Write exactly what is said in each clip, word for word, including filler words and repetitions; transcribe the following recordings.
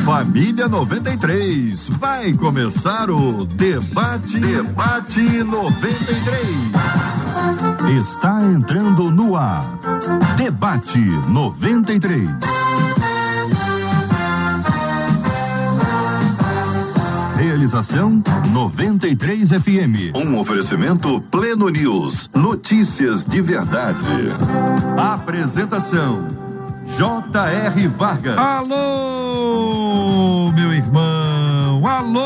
Família noventa e três, vai começar o Debate, Debate noventa e três. Está entrando no ar. Debate noventa e três. Realização noventa e três F M. Um oferecimento Pleno News. Notícias de verdade. Apresentação J R Vargas. Alô, meu irmão.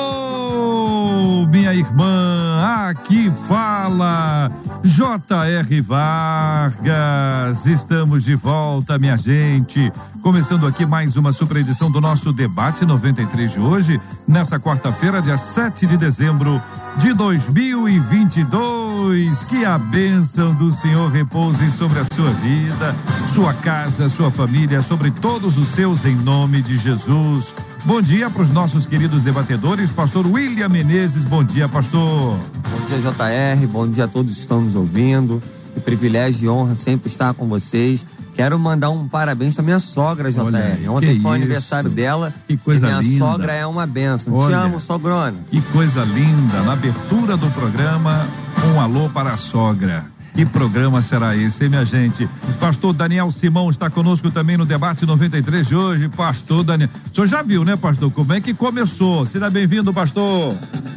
Alô, minha irmã. Aqui fala J R Vargas. Estamos de volta, minha gente. Começando aqui mais uma super edição do nosso Debate noventa e três de hoje, nessa quarta-feira, dia sete de dezembro de dois mil e vinte e dois. Que a bênção do Senhor repouse sobre a sua vida, sua casa, sua família, sobre todos os seus, em nome de Jesus. Bom dia para os nossos queridos debatedores, pastor William Menezes. Bom dia, pastor. Bom dia, J R, bom dia a todos que estão nos ouvindo. Que privilégio e honra sempre estar com vocês. Quero mandar um parabéns pra minha sogra, J R. Olha, ontem foi o aniversário dela. Que coisa linda. Minha sogra é uma bênção. Olha, te amo, sogrona. Que coisa linda. Na abertura do programa, um alô para a sogra. Que programa será esse, hein, minha gente? Pastor Daniel Simão está conosco também no Debate noventa e três de hoje. Pastor Daniel. O senhor já viu, né, pastor? Como é que começou? Seja bem-vindo, pastor.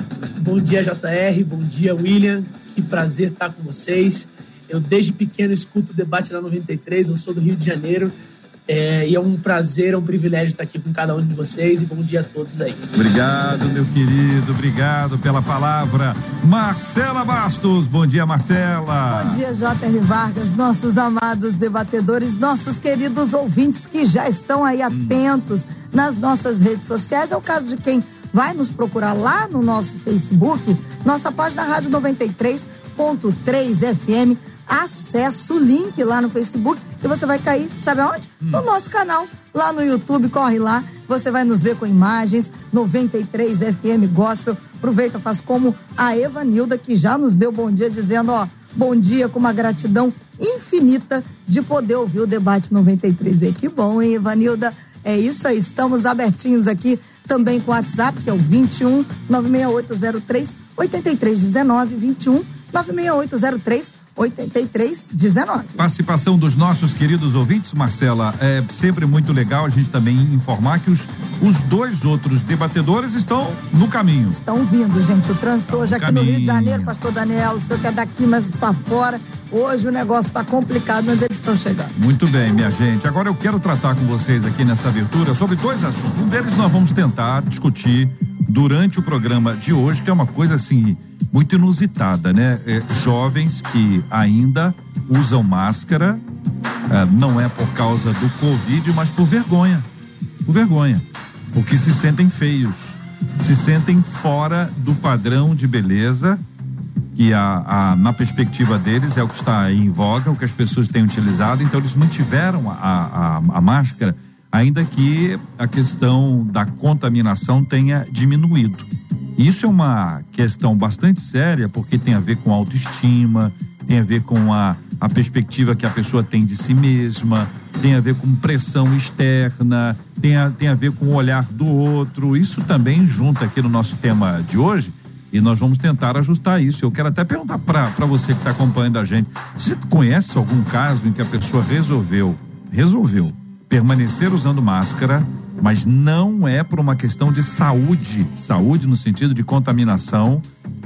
Bom dia, J R. Bom dia, William. Que prazer estar com vocês. Eu desde pequeno escuto o Debate da noventa e três, eu sou do Rio de Janeiro, é, e é um prazer, é um privilégio estar aqui com cada um de vocês, e bom dia a todos aí. Obrigado, meu querido, obrigado pela palavra. Marcela Bastos, bom dia, Marcela. Bom dia, J R Vargas, nossos amados debatedores, nossos queridos ouvintes que já estão aí atentos hum. nas nossas redes sociais. É o caso de quem vai nos procurar lá no nosso Facebook, nossa página Rádio noventa e três ponto três F M. Acesse o link lá no Facebook e você vai cair, sabe aonde? Hum. No nosso canal, lá no YouTube, corre lá, você vai nos ver com imagens, noventa e três F M Gospel. Aproveita, faz como a Evanilda, que já nos deu bom dia, dizendo, ó, bom dia, com uma gratidão infinita de poder ouvir o Debate noventa e três. E que bom, hein, Evanilda? É isso aí, estamos abertinhos aqui também com o WhatsApp, que é o vinte e um, nove seis oito zero três, oito três um nove, vinte e um, nove seis oito zero três, oito três um nove. Participação dos nossos queridos ouvintes, Marcela, é sempre muito legal a gente também informar que os, os dois outros debatedores estão no caminho. Estão vindo, gente, o trânsito hoje aqui no Rio de Janeiro, pastor Daniel, o senhor que é daqui, mas está fora, hoje o negócio está complicado, mas eles estão chegando. Muito bem, minha gente, agora eu quero tratar com vocês aqui nessa abertura sobre dois assuntos. Um deles nós vamos tentar discutir durante o programa de hoje, que é uma coisa assim muito inusitada, né? É, jovens que ainda usam máscara, é, não é por causa do Covid, mas por vergonha, por vergonha, porque se sentem feios, se sentem fora do padrão de beleza que a, a, na perspectiva deles é o que está aí em voga, o que as pessoas têm utilizado, então eles mantiveram a, a, a máscara, ainda que a questão da contaminação tenha diminuído. Isso é uma questão bastante séria, porque tem a ver com autoestima, tem a ver com a, a perspectiva que a pessoa tem de si mesma, tem a ver com pressão externa, tem a, tem a ver com o olhar do outro. Isso também junta aqui no nosso tema de hoje, e nós vamos tentar ajustar isso. Eu quero até perguntar para você que está acompanhando a gente, você conhece algum caso em que a pessoa resolveu, resolveu permanecer usando máscara, mas não é por uma questão de saúde, saúde no sentido de contaminação,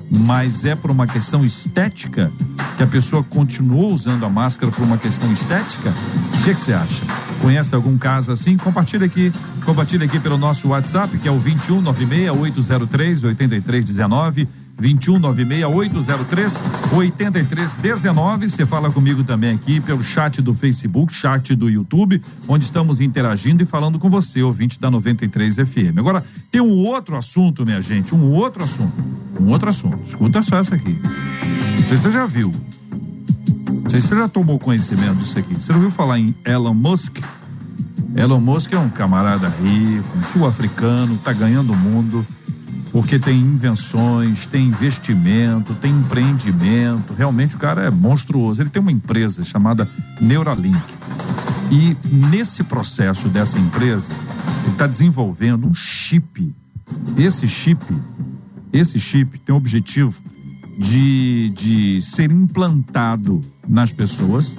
mas é por uma questão estética, que a pessoa continuou usando a máscara por uma questão estética? O que que você acha? Conhece algum caso assim? Compartilha aqui, compartilha aqui pelo nosso WhatsApp, que é o vinte e um, nove seis oito zero três, oito três um nove, vinte e um, nove seis oito zero três, oito três um nove. Você fala comigo também aqui pelo chat do Facebook, chat do YouTube, onde estamos interagindo e falando com você, ouvinte da noventa e três F M. Agora, tem um outro assunto, minha gente, um outro assunto, um outro assunto. Escuta só essa aqui. Não sei se você já viu, não sei se você já tomou conhecimento disso aqui. Você já ouviu falar em Elon Musk? Elon Musk é um camarada rico, um sul-africano, tá ganhando o mundo, porque tem invenções, tem investimento, tem empreendimento. Realmente o cara é monstruoso. Ele tem uma empresa chamada Neuralink. E nesse processo dessa empresa, Ele está desenvolvendo um chip. Esse chip, esse chip tem o objetivo de, de ser implantado nas pessoas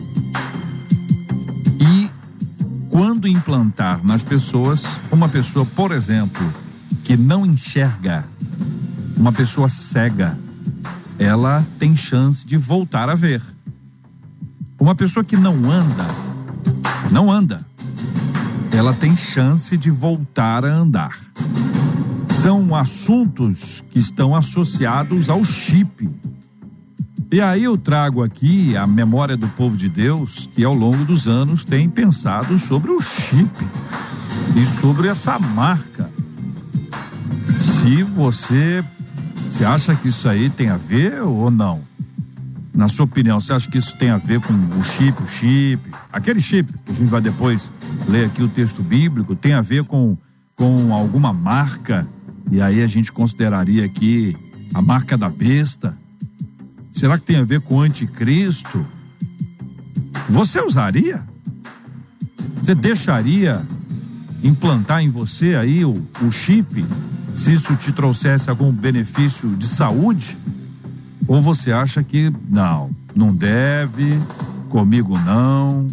e quando implantar nas pessoas, uma pessoa, por exemplo, que não enxerga, uma pessoa cega, ela tem chance de voltar a ver. Uma pessoa que não anda, não anda, ela tem chance de voltar a andar. São assuntos que estão associados ao chip. E aí eu trago aqui a memória do povo de Deus, que ao longo dos anos tem pensado sobre o chip e sobre essa marca. Se você, você acha que isso aí tem a ver ou não? Na sua opinião, você acha que isso tem a ver com o chip, o chip, aquele chip que a gente vai depois ler aqui o texto bíblico, tem a ver com, com alguma marca? E aí a gente consideraria aqui a marca da besta? Será que tem a ver com o anticristo? Você usaria? Você deixaria implantar em você aí o, o chip, se isso te trouxesse algum benefício de saúde? Ou você acha que não, não deve, comigo não?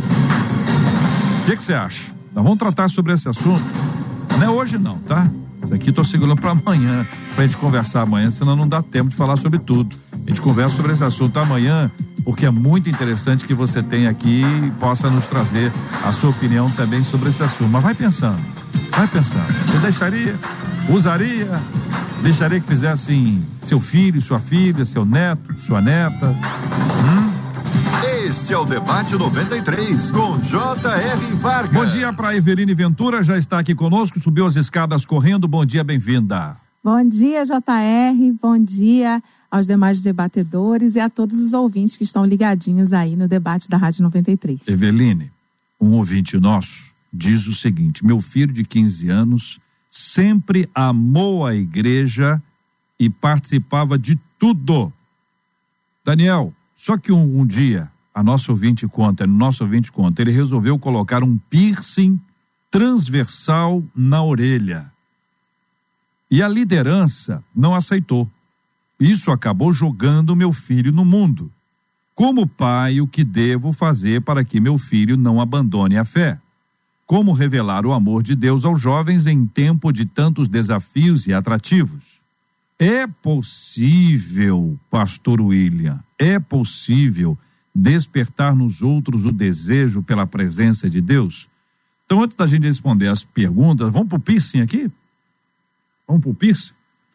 O que que você acha? Nós vamos tratar sobre esse assunto. Não é hoje não, tá? Isso aqui tô segurando para amanhã, pra gente conversar amanhã, senão não dá tempo de falar sobre tudo. A gente conversa sobre esse assunto amanhã, porque é muito interessante que você tenha aqui e possa nos trazer a sua opinião também sobre esse assunto. Mas vai pensando, vai pensando. Você deixaria, usaria, deixaria que fizessem seu filho, sua filha, seu neto, sua neta? Hum? Este é o Debate noventa e três, com J R Vargas. Bom dia para Eveline Ventura, já está aqui conosco, subiu as escadas correndo. Bom dia, bem-vinda. Bom dia, J R, bom dia aos demais debatedores e a todos os ouvintes que estão ligadinhos aí no debate da Rádio noventa e três. Eveline, um ouvinte nosso diz o seguinte: meu filho de quinze anos sempre amou a igreja e participava de tudo. Daniel, só que um, um dia, a nossa ouvinte conta, no nosso ouvinte conta, ele resolveu colocar um piercing transversal na orelha. E a liderança não aceitou. Isso acabou jogando meu filho no mundo. Como pai, o que devo fazer para que meu filho não abandone a fé? Como revelar o amor de Deus aos jovens em tempo de tantos desafios e atrativos? É possível, pastor William, é possível despertar nos outros o desejo pela presença de Deus? Então, antes da gente responder as perguntas, vamos pro piercing aqui? Vamos pro piercing?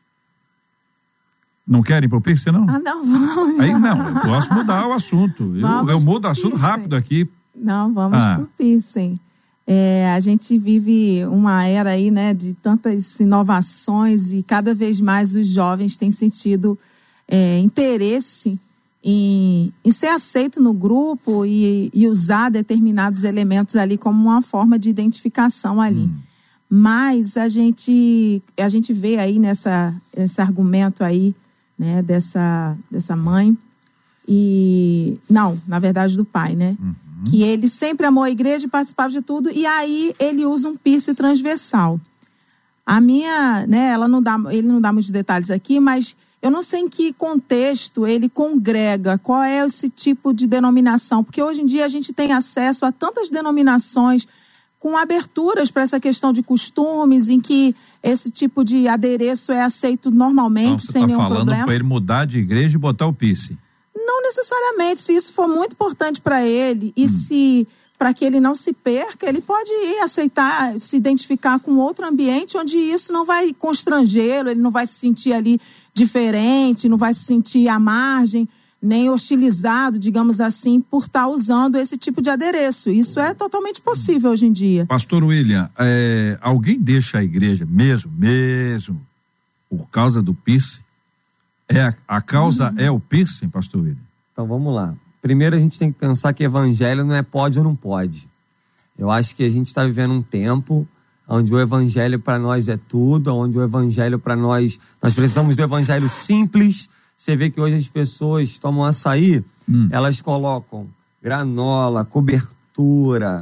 Não querem pro piercing, não? Ah, não, vamos. Aí não, eu posso mudar o assunto. Eu, eu mudo o assunto piercing. rápido aqui. Não, vamos Ah. pro piercing. É, a gente vive uma era aí, né, de tantas inovações e cada vez mais os jovens têm sentido é, interesse em, em ser aceito no grupo e, e usar determinados elementos ali como uma forma de identificação ali. Hum. Mas a gente, a gente vê aí nessa, esse argumento aí, né, dessa, dessa mãe, e não, na verdade do pai, né? Uhum. Que ele sempre amou a igreja e participava de tudo, e aí ele usa um piercing transversal. A minha, né, ela não dá, ele não dá muitos detalhes aqui, mas eu não sei em que contexto ele congrega, qual é esse tipo de denominação, porque hoje em dia a gente tem acesso a tantas denominações com aberturas para essa questão de costumes, em que esse tipo de adereço é aceito normalmente, então, sem tá nenhum problema. Você está falando para ele mudar de igreja e botar o piercing? Não necessariamente. Se isso for muito importante para ele e hum. se para que ele não se perca, ele pode ir aceitar, se identificar com outro ambiente onde isso não vai constrangê-lo, ele não vai se sentir ali diferente, não vai se sentir à margem, nem hostilizado, digamos assim, por estar usando esse tipo de adereço. Isso é totalmente possível hoje em dia. Pastor William, é, alguém deixa a igreja mesmo, mesmo, por causa do piercing? É, a causa uhum. é o piercing, pastor William? Então vamos lá. Primeiro a gente tem que pensar que evangelho não é pode ou não pode. Eu acho que a gente está vivendo um tempo onde o evangelho para nós é tudo, onde o evangelho para nós, nós precisamos do evangelho simples. Você vê que hoje as pessoas tomam açaí, hum. elas colocam granola, cobertura,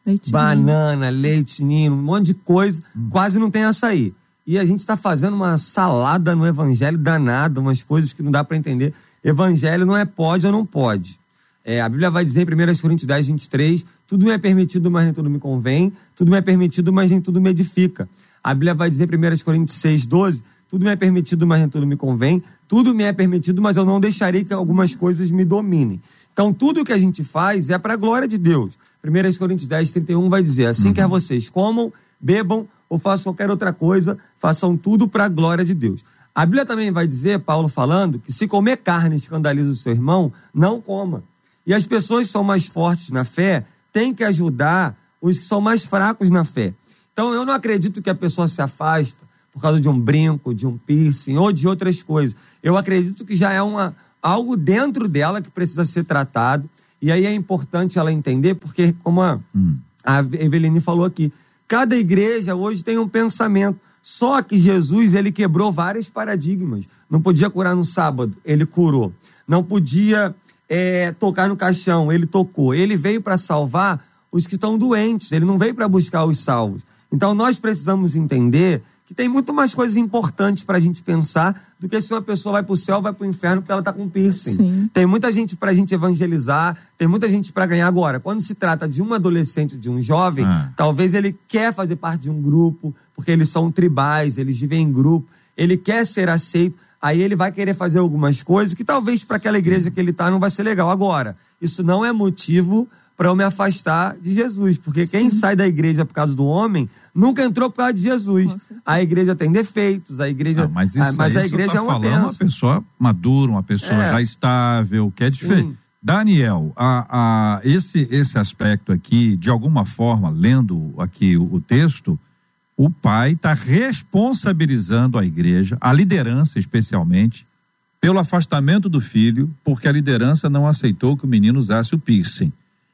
Leite banana, leite ninho, um monte de coisa, hum. quase não tem açaí. E a gente está fazendo uma salada no evangelho danada, umas coisas que não dá para entender. Evangelho não é pode ou não pode. É, a Bíblia vai dizer em primeira Coríntios dez, vinte e três, tudo me é permitido, mas nem tudo me convém, tudo me é permitido, mas nem tudo me edifica. A Bíblia vai dizer em primeira Coríntios seis, doze, tudo me é permitido, mas nem tudo me convém, tudo me é permitido, mas eu não deixarei que algumas coisas me dominem. Então, tudo que a gente faz é para a glória de Deus. primeira Coríntios dez, trinta e um vai dizer, assim uhum. quer vocês comam, bebam ou façam qualquer outra coisa, façam tudo para a glória de Deus. A Bíblia também vai dizer, Paulo falando, que se comer carne escandaliza o seu irmão, não coma. E as pessoas que são mais fortes na fé têm que ajudar os que são mais fracos na fé. Então, eu não acredito que a pessoa se afasta por causa de um brinco, de um piercing ou de outras coisas. Eu acredito que já é uma, algo dentro dela que precisa ser tratado. E aí é importante ela entender, porque, como a, hum. a Eveline falou aqui, cada igreja hoje tem um pensamento. Só que Jesus, ele quebrou vários paradigmas. Não podia curar no sábado, ele curou. Não podia é, tocar no caixão, ele tocou. Ele veio para salvar os que estão doentes, ele não veio para buscar os salvos. Então nós precisamos entender que tem muito mais coisas importantes para a gente pensar do que se uma pessoa vai para o céu ou vai para o inferno porque ela está com piercing. Sim. Tem muita gente para a gente evangelizar, tem muita gente para ganhar. Agora, quando se trata de um adolescente, de um jovem, ah. talvez ele quer fazer parte de um grupo, porque eles são tribais, eles vivem em grupo, ele quer ser aceito, aí ele vai querer fazer algumas coisas que talvez para aquela igreja que ele está não vai ser legal. Agora, isso não é motivo para eu me afastar de Jesus, porque quem Sim. sai da igreja por causa do homem nunca entrou por causa de Jesus. A igreja tem defeitos, a igreja... Não, mas, isso, a, mas a tá igreja é uma falando uma pessoa madura, uma pessoa é. já estável, que é diferente. Sim. Daniel, a, a, esse, esse aspecto aqui, de alguma forma, lendo aqui o, o texto, o pai está responsabilizando a igreja, a liderança especialmente, pelo afastamento do filho, porque a liderança não aceitou que o menino usasse o piercing.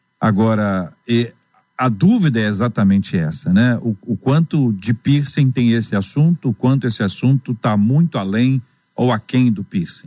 Agora, e, a dúvida é exatamente essa, né? O, o quanto de piercing tem esse assunto, o quanto esse assunto está muito além ou aquém do piercing.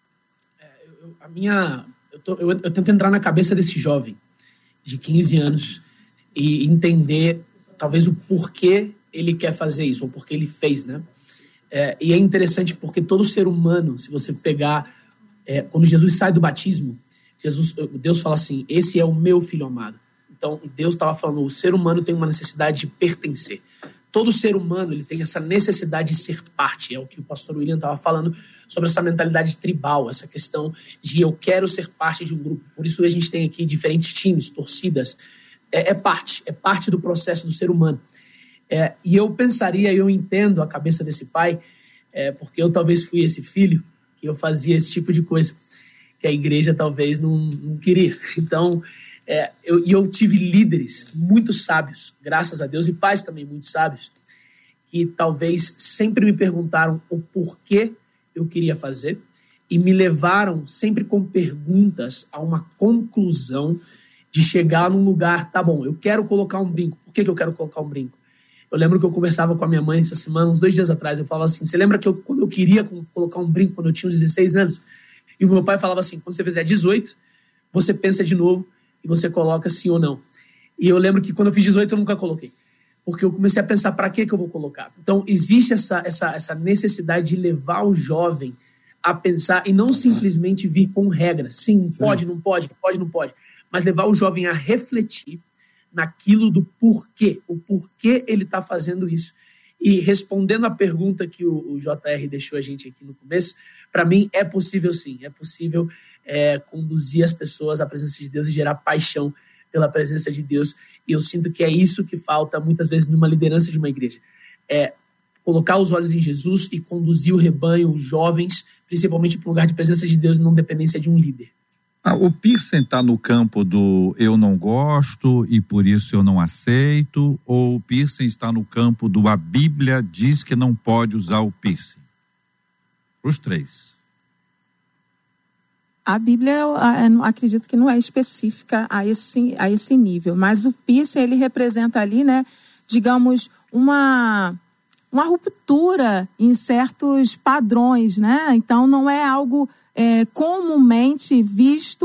É, eu, a minha, eu, tô, eu, eu tento entrar na cabeça desse jovem de quinze anos e entender talvez o porquê ele quer fazer isso, ou porquê ele fez, né? É, e é interessante porque todo ser humano, se você pegar, é, quando Jesus sai do batismo, Jesus, Deus fala assim, esse é o meu filho amado. Então, Deus estava falando, o ser humano tem uma necessidade de pertencer. Todo ser humano ele tem essa necessidade de ser parte. É o que o pastor William estava falando sobre essa mentalidade tribal, essa questão de eu quero ser parte de um grupo. Por isso a gente tem aqui diferentes times, torcidas. É, é parte, é parte do processo do ser humano. É, e eu pensaria, eu entendo a cabeça desse pai, é, porque eu talvez fui esse filho, que eu fazia esse tipo de coisa, que a igreja talvez não, não queria. Então, é, eu, e eu tive líderes muito sábios, graças a Deus, e pais também muito sábios, que talvez sempre me perguntaram o porquê eu queria fazer e me levaram sempre com perguntas a uma conclusão de chegar num lugar, tá bom, eu quero colocar um brinco. Por que, que eu quero colocar um brinco? Eu lembro que eu conversava com a minha mãe essa semana, uns dois dias atrás, eu falava assim, você lembra que eu, quando eu queria colocar um brinco, quando eu tinha uns dezesseis anos? E o meu pai falava assim, quando você fizer dezoito, você pensa de novo e você coloca sim ou não. E eu lembro que quando eu fiz dezoito, eu nunca coloquei. Porque eu comecei a pensar, para que que eu vou colocar? Então, existe essa, essa, essa necessidade de levar o jovem a pensar e não simplesmente vir com regras. Sim, pode, não pode, pode, não pode. Mas levar o jovem a refletir naquilo do porquê, o porquê ele está fazendo isso. E respondendo a pergunta que o, o J R deixou a gente aqui no começo, para mim é possível sim, é possível é, conduzir as pessoas à presença de Deus e gerar paixão pela presença de Deus. E eu sinto que é isso que falta muitas vezes numa liderança de uma igreja. É colocar os olhos em Jesus e conduzir o rebanho, os jovens, principalmente para um lugar de presença de Deus e não dependência de um líder. Ah, o piercing está no campo do eu não gosto e por isso eu não aceito, ou o piercing está no campo do a Bíblia diz que não pode usar o piercing? Os três. A Bíblia, eu, eu acredito que não é específica a esse, a esse nível, mas o piercing, ele representa ali, né, digamos, uma, uma ruptura em certos padrões, né? Então não é algo... É, comumente visto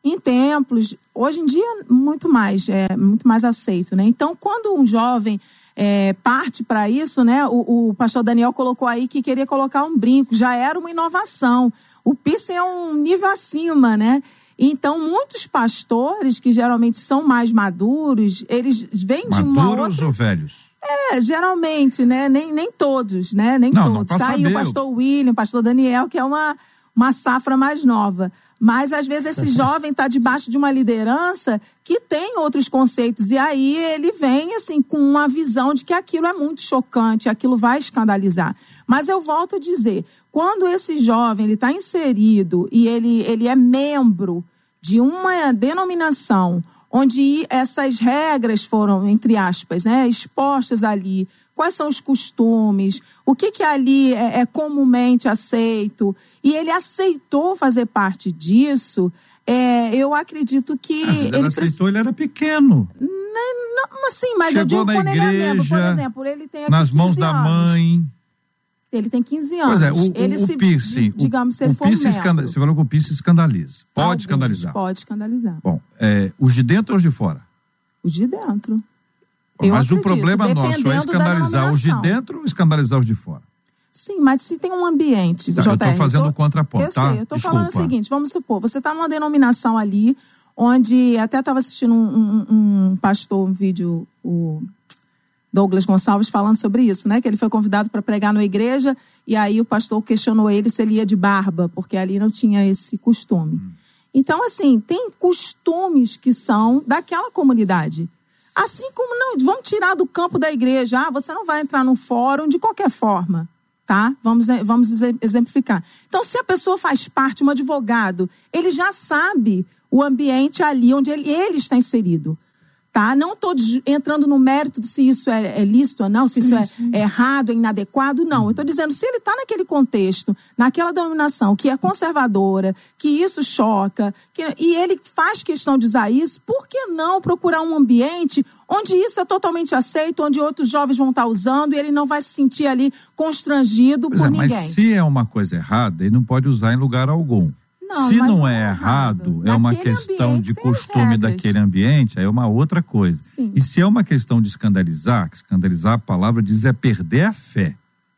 em templos. Hoje em dia, muito mais, é muito mais aceito, né? Então, quando um jovem é, parte para isso, né? O, o pastor Daniel colocou aí que queria colocar um brinco, já era uma inovação. O piercing é um nível acima, né? Então, muitos pastores, que geralmente são mais maduros, eles vêm de uma outra... Maduros ou velhos? É, geralmente, né? Nem, nem todos, né? Nem não, todos. Não, tá aí o pastor William, o pastor Daniel, que é uma, uma safra mais nova. Mas, às vezes, esse jovem está debaixo de uma liderança que tem outros conceitos. E aí ele vem, assim, com uma visão de que aquilo é muito chocante, aquilo vai escandalizar. Mas eu volto a dizer, quando esse jovem está inserido e ele, ele é membro de uma denominação onde essas regras foram, entre aspas, né, expostas ali, quais são os costumes, o que, que ali é, é comumente aceito, e ele aceitou fazer parte disso, é, eu acredito que... Mas ele, ele aceitou, precisa... ele era pequeno. Não, não, assim, mas Chegou eu digo na quando igreja, ele é membro, por exemplo, ele tem aqui nas mãos da anos. mãe. Ele tem quinze anos. Pois é, o, ele o, se, o piercing, digamos, se o, ele o for piercing membro. escanda, você falou que o piercing escandaliza. Pode Alguns, escandalizar. Pode escandalizar. Bom, é, os de dentro ou os de fora? Os de dentro. Mas Eu o acredito, problema nosso é escandalizar os de denominação. dentro ou escandalizar os de fora? Sim, mas se tem um ambiente, Tá, J R, eu estou fazendo o tô, contraponto, eu tá? sei, eu estou Desculpa. falando o seguinte, vamos supor, você está numa denominação ali, onde até estava assistindo um, um, um pastor, um vídeo, o Douglas Gonçalves, falando sobre isso, né? Que ele foi convidado para pregar numa igreja e aí o pastor questionou ele se ele ia de barba, porque ali não tinha esse costume. Hum. Então, assim, tem costumes que são daquela comunidade. Assim como, não, vamos tirar do campo da igreja. Ah, você não vai entrar no fórum de qualquer forma, tá? Vamos, vamos exemplificar. Então, se a pessoa faz parte, um advogado, ele já sabe o ambiente ali onde ele, ele está inserido, tá? Não estou entrando no mérito de se isso é, é lícito ou não, se isso é, é errado, é inadequado, não. Eu estou dizendo, se ele está naquele contexto, naquela denominação que é conservadora, que isso choca, que, e ele faz questão de usar isso, por que não procurar um ambiente onde isso é totalmente aceito, onde outros jovens vão estar usando e ele não vai se sentir ali constrangido pois por é, ninguém? Mas se é uma coisa errada, ele não pode usar em lugar algum. Não, se não não é é errado, errado. é uma Naquele questão de ambiente tem as costume regras. daquele ambiente, aí é uma outra coisa. Sim. E se é uma questão de escandalizar, que escandalizar a palavra diz é perder a fé.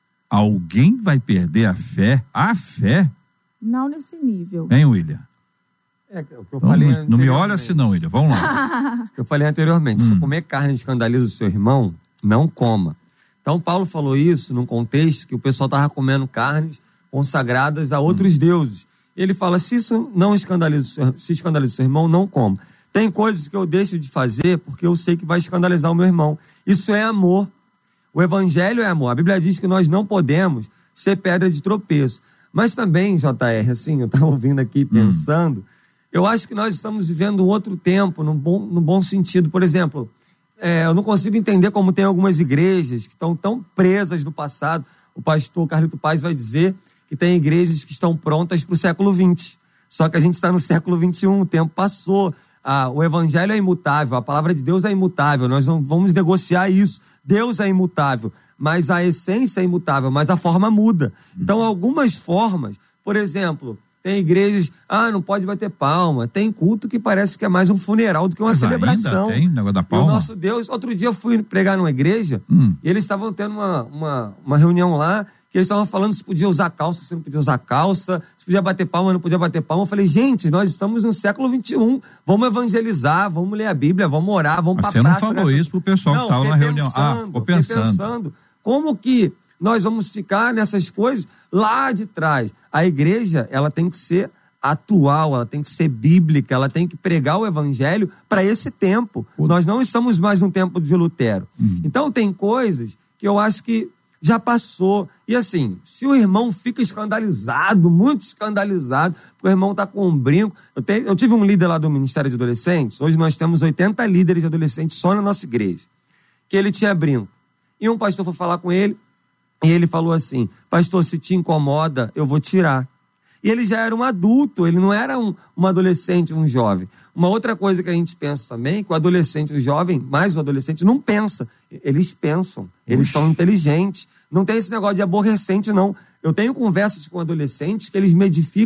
Alguém vai perder a fé? A fé? Não nesse nível. Hein, William? É, o que eu Então, falei não, não me olha assim não, William. Vamos lá. Eu falei anteriormente, Hum. se comer carne escandaliza o seu irmão, não coma. Então, Paulo falou isso num contexto que o pessoal estava comendo carnes consagradas a outros hum. deuses. Ele fala, se isso não escandaliza, se escandaliza o seu irmão, não coma. Tem coisas que eu deixo de fazer porque eu sei que vai escandalizar o meu irmão. Isso é amor. O evangelho é amor. A Bíblia diz que nós não podemos ser pedra de tropeço. Mas também, J R, assim, eu estava ouvindo aqui pensando, hum. eu acho que nós estamos vivendo um outro tempo, no bom, no bom sentido. Por exemplo, é, eu não consigo entender como tem algumas igrejas que estão tão presas no passado. O pastor Carlito Paz vai dizer que tem igrejas que estão prontas para o século vinte. Só que a gente está no século vinte e um, o tempo passou. Ah, o evangelho é imutável, a palavra de Deus é imutável, nós não vamos negociar isso. Deus é imutável, mas a essência é imutável, mas a forma muda. Então, algumas formas, por exemplo, tem igrejas, ah, não pode bater palma, tem culto que parece que é mais um funeral do que uma mas celebração. Ainda tem negócio da palma? E o nosso Deus, outro dia eu fui pregar numa igreja, hum. e eles estavam tendo uma, uma, uma reunião lá, que eles estavam falando se podia usar calça, se não podia usar calça, se podia bater palma, não podia bater palma. Eu falei, gente, nós estamos no século vinte e um, vamos evangelizar, vamos ler a Bíblia, vamos orar, vamos para a praça. Você não falou né? isso pro pessoal não, que estava na reunião. Ah, ficou pensando. pensando. Como que nós vamos ficar nessas coisas lá de trás? A igreja, ela tem que ser atual, ela tem que ser bíblica, ela tem que pregar o evangelho para esse tempo. Pô. Nós não estamos mais no tempo de Lutero. Hum. Então tem coisas que eu acho que já passou. E assim, se o irmão fica escandalizado, muito escandalizado, porque o irmão está com um brinco. Eu, te, eu tive um líder lá do Ministério de Adolescentes, hoje nós temos oitenta líderes de adolescentes só na nossa igreja, que ele tinha brinco. E um pastor foi falar com ele, e ele falou assim, pastor, se te incomoda, eu vou tirar. E ele já era um adulto, ele não era um, um adolescente, um jovem. Uma outra coisa que a gente pensa também, que o adolescente, o jovem, mais o adolescente, não pensa. Eles pensam, eles Ux. são inteligentes. Não tem esse negócio de aborrecente, não. Eu tenho conversas com adolescentes que eles me edificam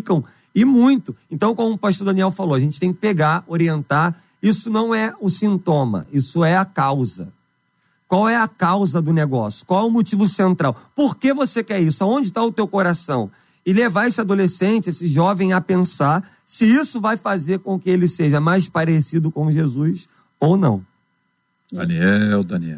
E muito. Então, como o pastor Daniel falou, a gente tem que pegar, orientar. Isso não é o sintoma, isso é a causa. Qual é a causa do negócio? Qual é o motivo central? Por que você quer isso? Aonde está o teu coração? E levar esse adolescente, esse jovem a pensar se isso vai fazer com que ele seja mais parecido com Jesus ou não. Daniel, Daniel.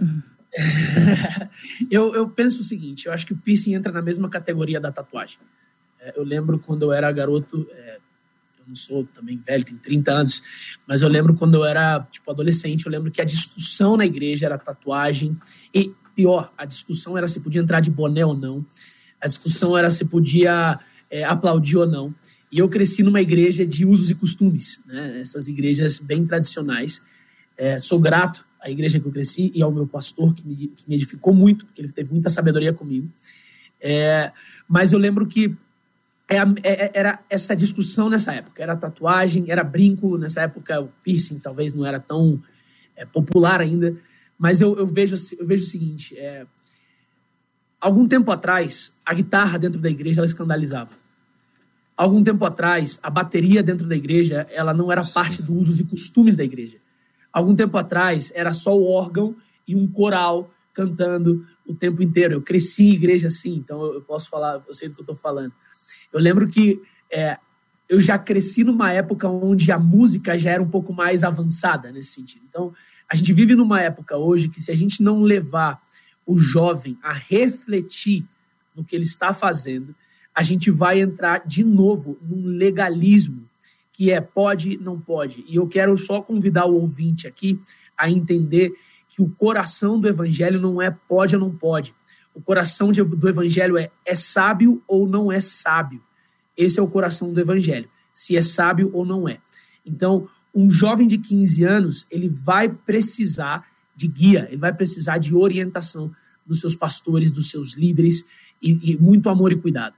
eu, eu penso o seguinte, eu acho que o piercing entra na mesma categoria da tatuagem. É, eu lembro quando eu era garoto, é, eu não sou também velho, tenho trinta anos, mas eu lembro quando eu era tipo adolescente, eu lembro que a discussão na igreja era tatuagem, e pior, a discussão era se podia entrar de boné ou não, a discussão era se podia é, aplaudir ou não. E eu cresci numa igreja de usos e costumes, né? Essas igrejas bem tradicionais. É, sou grato à igreja que eu cresci e ao meu pastor, que me, que me edificou muito, porque ele teve muita sabedoria comigo. É, mas eu lembro que é, é, era essa discussão nessa época. Era tatuagem, era brinco. Nessa época o piercing talvez não era tão é, popular ainda. Mas eu, eu, vejo, eu vejo o seguinte... É, algum tempo atrás, a guitarra dentro da igreja ela escandalizava. Algum tempo atrás, a bateria dentro da igreja, ela não era parte dos usos e costumes da igreja. Algum tempo atrás, era só o órgão e um coral cantando o tempo inteiro. Eu cresci em igreja assim, então eu posso falar, eu sei do que eu estou falando. Eu lembro que é, eu já cresci numa época onde a música já era um pouco mais avançada nesse sentido. Então, a gente vive numa época hoje que se a gente não levar o jovem a refletir no que ele está fazendo, a gente vai entrar de novo num legalismo, que é pode, não pode. E eu quero só convidar o ouvinte aqui a entender que o coração do evangelho não é pode ou não pode. O coração de, do evangelho é é sábio ou não é sábio. Esse é o coração do evangelho, se é sábio ou não é. Então, um jovem de quinze anos, ele vai precisar de guia, ele vai precisar de orientação dos seus pastores, dos seus líderes, e, e muito amor e cuidado.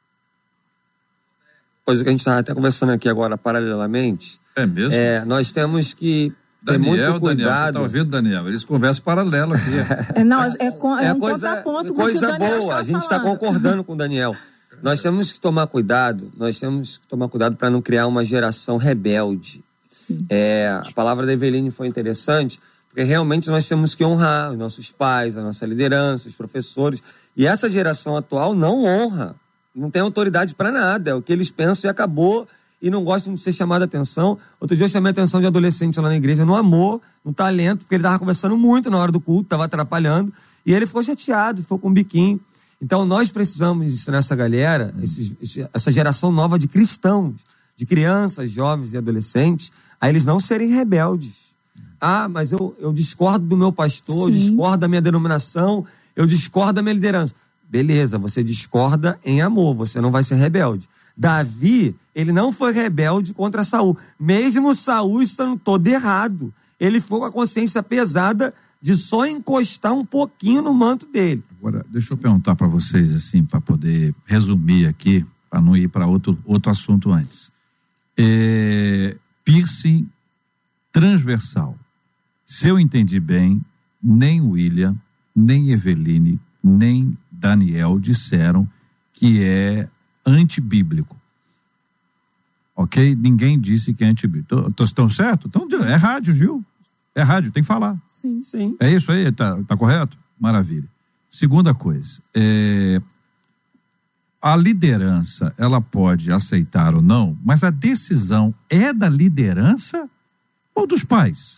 Coisa que a gente estava até conversando aqui agora, paralelamente. É mesmo? É, nós temos que ter Daniel, muito cuidado. Daniel, você está ouvindo, Daniel? Eles conversam paralelo aqui. É, não, é, com, é, é um coisa, contraponto com coisa o que o Daniel boa, está a gente está concordando com o Daniel. Nós temos que tomar cuidado, nós temos que tomar cuidado para não criar uma geração rebelde. Sim. É, a palavra da Eveline foi interessante, porque realmente nós temos que honrar os nossos pais, a nossa liderança, os professores. E essa geração atual não honra, não tem autoridade para nada. É o que eles pensam e acabou, e não gostam de ser chamado a atenção. Outro dia eu chamei a atenção de adolescente lá na igreja, no amor, no talento, porque ele estava conversando muito na hora do culto, estava atrapalhando, e ele ficou chateado, ficou com um biquinho. Então nós precisamos ensinar essa galera, esses, essa geração nova de cristãos, de crianças, jovens e adolescentes, a eles não serem rebeldes. Ah, mas eu, eu discordo do meu pastor, eu discordo da minha denominação, eu discordo da minha liderança. Beleza, você discorda em amor, você não vai ser rebelde. Davi, ele não foi rebelde contra Saul. Mesmo Saul estando todo errado. Ele ficou com a consciência pesada de só encostar um pouquinho no manto dele. Agora, deixa eu perguntar para vocês, assim, para poder resumir aqui, para não ir para outro, outro assunto antes. É, piercing transversal. Se eu entendi bem, nem William, nem Eveline, nem Daniel disseram que é antibíblico. Ok? Ninguém disse que é antibíblico. Estão certo? Então, é rádio, viu? É rádio, tem que falar. Sim. Sim. É isso aí? Tá, tá correto? Maravilha. Segunda coisa, é, a liderança, ela pode aceitar ou não, mas a decisão é da liderança ou dos pais?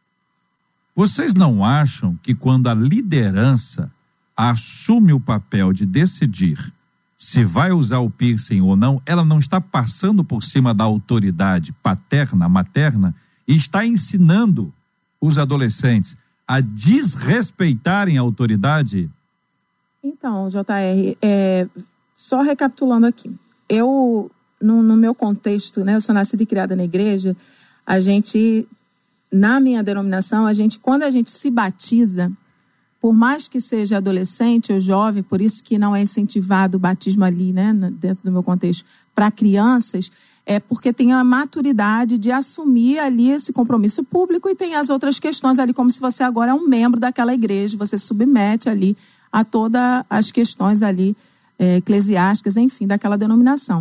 Vocês não acham que quando a liderança assume o papel de decidir se vai usar o piercing ou não, ela não está passando por cima da autoridade paterna, materna, e está ensinando os adolescentes a desrespeitarem a autoridade? Então, J R, é, só recapitulando aqui, eu, no, no meu contexto, né, eu sou nascida e criada na igreja, a gente, na minha denominação, a gente, quando a gente se batiza, por mais que seja adolescente ou jovem, por isso que não é incentivado o batismo ali, né, dentro do meu contexto, para crianças, é porque tem a maturidade de assumir ali esse compromisso público e tem as outras questões ali, como se você agora é um membro daquela igreja, você se submete ali a todas as questões ali é, eclesiásticas, enfim, daquela denominação.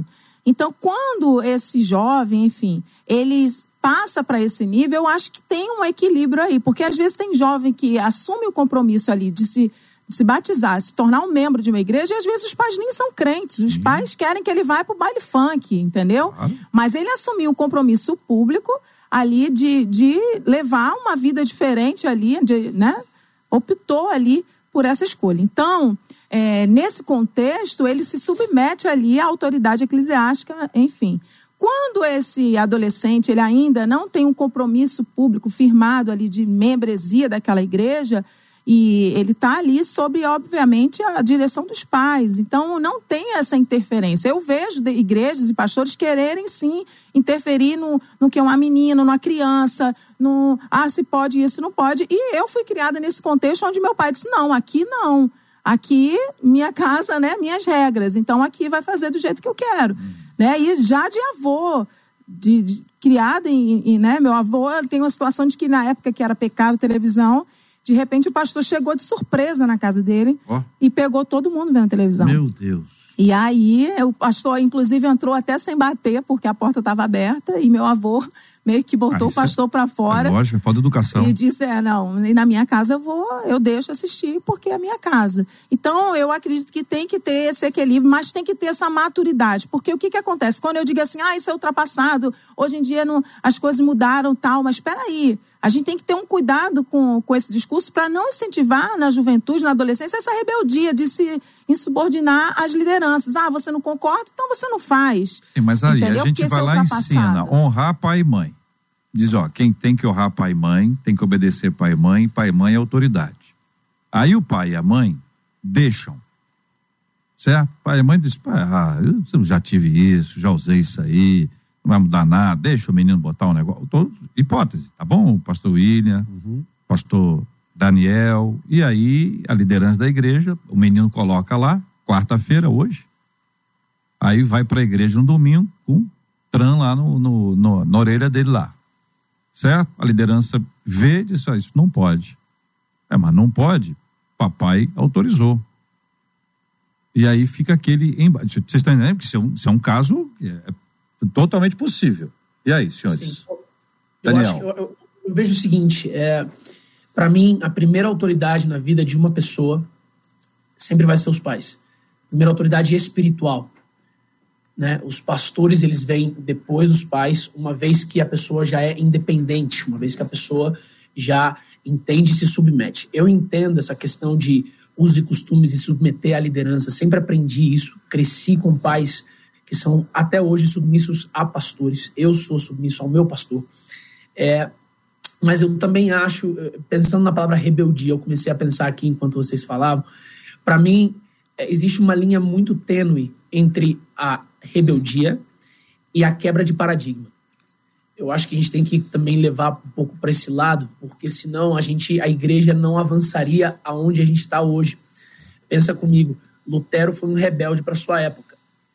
Então, quando esse jovem, enfim, eles passa para esse nível, eu acho que tem um equilíbrio aí, porque às vezes tem jovem que assume o compromisso ali de se, de se batizar, se tornar um membro de uma igreja, e às vezes os pais nem são crentes, os uhum. pais querem que ele vá para o baile funk, entendeu? Claro. Mas ele assumiu um compromisso público ali de, de levar uma vida diferente ali, de, né? Optou ali por essa escolha. Então, é, nesse contexto, ele se submete ali à autoridade eclesiástica, enfim. Quando esse adolescente ele ainda não tem um compromisso público firmado ali de membresia daquela igreja, e ele está ali sob, obviamente, a direção dos pais. Então, não tem essa interferência. Eu vejo de igrejas e pastores quererem, sim, interferir no, no que é uma menina, numa criança, no, ah, se pode isso, não pode. E eu fui criada nesse contexto onde meu pai disse, não, aqui não. Aqui, minha casa, né, minhas regras. Então, aqui vai fazer do jeito que eu quero. Hum. Né? E já de avô, de, de, criada em, em, né, meu avô, ele tem uma situação de que na época que era pecado televisão, de repente o pastor chegou de surpresa na casa dele oh. e pegou todo mundo vendo a televisão. Meu Deus. E aí o pastor, inclusive, entrou até sem bater, porque a porta estava aberta, e meu avô meio que botou ah, o pastor é, para fora. É lógico, é falta de educação. E disse, é, não, e na minha casa eu vou, eu deixo assistir, porque é a minha casa. Então, eu acredito que tem que ter esse equilíbrio, mas tem que ter essa maturidade. Porque o que que acontece? Quando eu digo assim, ah, isso é ultrapassado, hoje em dia não, as coisas mudaram, tal, mas espera aí. A gente tem que ter um cuidado com, com esse discurso para não incentivar na juventude, na adolescência, essa rebeldia de se insubordinar às lideranças. Ah, você não concorda? Então você não faz. Sim, mas aí entendeu? A gente vai lá e ensina, honrar pai e mãe. Diz, ó, quem tem que honrar pai e mãe, tem que obedecer pai e mãe, pai e mãe é autoridade. Aí o pai e a mãe deixam, certo? Pai e mãe diz, ah, eu já tive isso, já usei isso aí, não vai mudar nada, deixa o menino botar um negócio. Tô, hipótese, tá bom? Pastor William, uhum. pastor Daniel, e aí a liderança da igreja, o menino coloca lá, quarta-feira, hoje, aí vai para a igreja no domingo, com um tran lá no, no, no, na orelha dele lá, certo? A liderança vê e diz, ah, isso não pode. É, mas não pode, papai autorizou. E aí fica aquele embate. Vocês estão entendendo que isso é um, isso é um caso que é totalmente possível. E aí, senhores? Sim. Daniel. Eu, acho, eu, eu, eu vejo o seguinte, é, para mim, a primeira autoridade na vida de uma pessoa sempre vai ser os pais. Primeira autoridade espiritual. Né? Os pastores, eles vêm depois dos pais, uma vez que a pessoa já é independente, uma vez que a pessoa já entende e se submete. Eu entendo essa questão de usos e costumes e submeter à liderança. Sempre aprendi isso, cresci com pais que são até hoje submissos a pastores. Eu sou submisso ao meu pastor. É, mas eu também acho, pensando na palavra rebeldia, eu comecei a pensar aqui enquanto vocês falavam, para mim, existe uma linha muito tênue entre a rebeldia e a quebra de paradigma. Eu acho que a gente tem que também levar um pouco para esse lado, porque senão a gente, a igreja não avançaria aonde a gente está hoje. Pensa comigo, Lutero foi um rebelde para sua época.